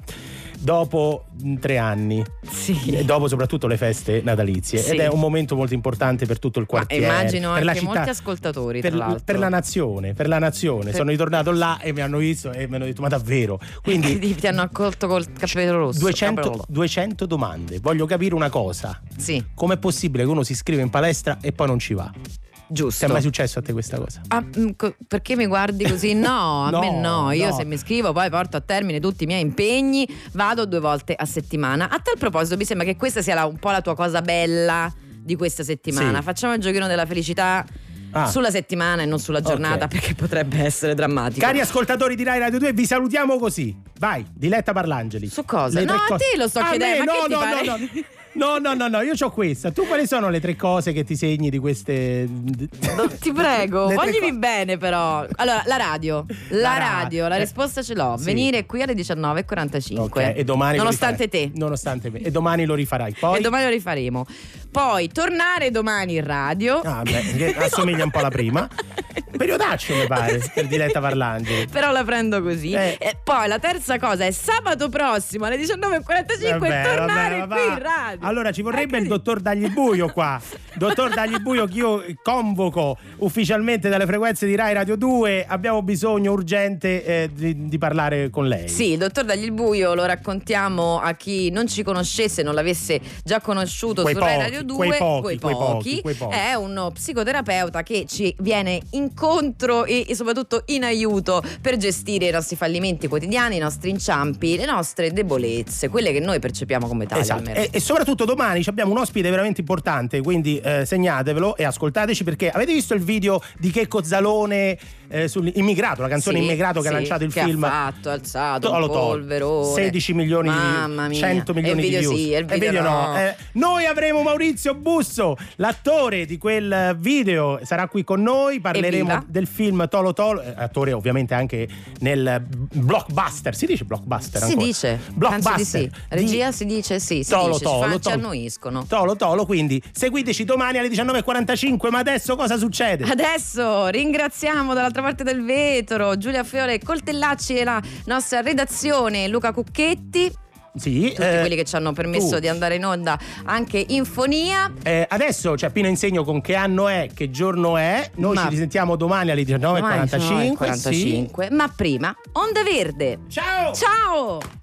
dopo tre anni, sì. e dopo soprattutto le feste natalizie, sì. ed è un momento molto importante per tutto il quartiere. Ma immagino per anche la città, molti ascoltatori, per, tra l'altro. per la nazione, per la nazione. Per... Sono ritornato là e mi hanno visto e mi hanno detto: ma davvero? Quindi ti hanno accolto col cappello rosso. duecento, duecento domande. Voglio capire una cosa. Sì. Com'è possibile che uno si iscrive in palestra e poi non ci va? Giusto. Ti è mai successo a te questa cosa? Ah, perché mi guardi così? No, a no, me no. Io no. se mi iscrivo poi porto a termine tutti i miei impegni, vado due volte a settimana. A tal proposito mi sembra che questa sia la, un po' la tua cosa bella di questa settimana. Sì. Facciamo il giochino della felicità ah. sulla settimana e non sulla giornata, okay. perché potrebbe essere drammatico. Cari ascoltatori di Rai Radio due, vi salutiamo così. Vai, Diletta Parlangeli. Su cosa? Le No, a cose... te lo sto a chiedendo. Me, ma no, che ti no, pare? no, no. No, no, no, no, io c'ho questa. Tu quali sono le tre cose che ti segni di queste? No, ti prego, Le tre voglimi co- bene però. Allora, la radio. La, La radio, ra- la eh, risposta ce l'ho. sì. Venire qui alle diciannove e quarantacinque. Ok, e domani lo Nonostante rifarai. te. Nonostante me. E domani lo rifarai. Poi E domani lo rifaremo. Poi tornare domani in radio. Ah, beh, che assomiglia un po' alla prima. Periodaccio mi pare per Diletta Parlangeli. Però la prendo così. Eh. E poi la terza cosa è sabato prossimo alle diciannove e quarantacinque Vabbè, tornare vabbè, qui vabbè. in radio. Allora ci vorrebbe il dottor Daglibuio qua. Dottor Daglibuio, che io convoco ufficialmente dalle frequenze di Rai Radio due. Abbiamo bisogno urgente eh, di, di parlare con lei. Sì, il dottor Daglibuio lo raccontiamo a chi non ci conoscesse, non l'avesse già conosciuto Quei su Rai pochi, Radio due. quei pochi, quei quei pochi. pochi, quei pochi. È uno psicoterapeuta che ci viene incontro e, e soprattutto in aiuto per gestire i nostri fallimenti quotidiani, i nostri inciampi, le nostre debolezze, quelle che noi percepiamo come tali. Esatto. E, e soprattutto domani abbiamo un ospite veramente importante, quindi eh, segnatevelo e ascoltateci, perché avete visto il video di Checco Zalone eh, sull'Immigrato, la canzone Sì, Immigrato che sì, ha lanciato il che film? ha fatto, alzato Tolo, un tolo. polverone, sedici milioni, Mamma mia. cento milioni E il di video views. sì, e il E video no. Eh, noi avremo Maurizio Busso, l'attore di quel video, sarà qui con noi, parleremo Evviva. del film Tolo Tolo, eh, attore ovviamente anche nel blockbuster, si dice blockbuster Si ancora? dice, Blockbuster penso di sì. Regia si dice sì, si Tolo dice, Tolo, ci, fa, ci Tolo. annuiscono. Tolo Tolo, quindi seguiteci domani alle diciannove e quarantacinque. Ma adesso cosa succede? Adesso ringraziamo dall'altra parte del vetro Giulia Fiore Coltellacci e la nostra redazione, Luca Cucchetti, Sì, tutti eh, quelli che ci hanno permesso tu. di andare in onda anche in fonia. Eh, adesso c'è Pino Insegno con che anno è, che giorno è. Noi Ma- ci risentiamo domani alle diciannove e Domani sono le quarantacinque. quarantacinque, ma prima Onda Verde. Ciao! Ciao!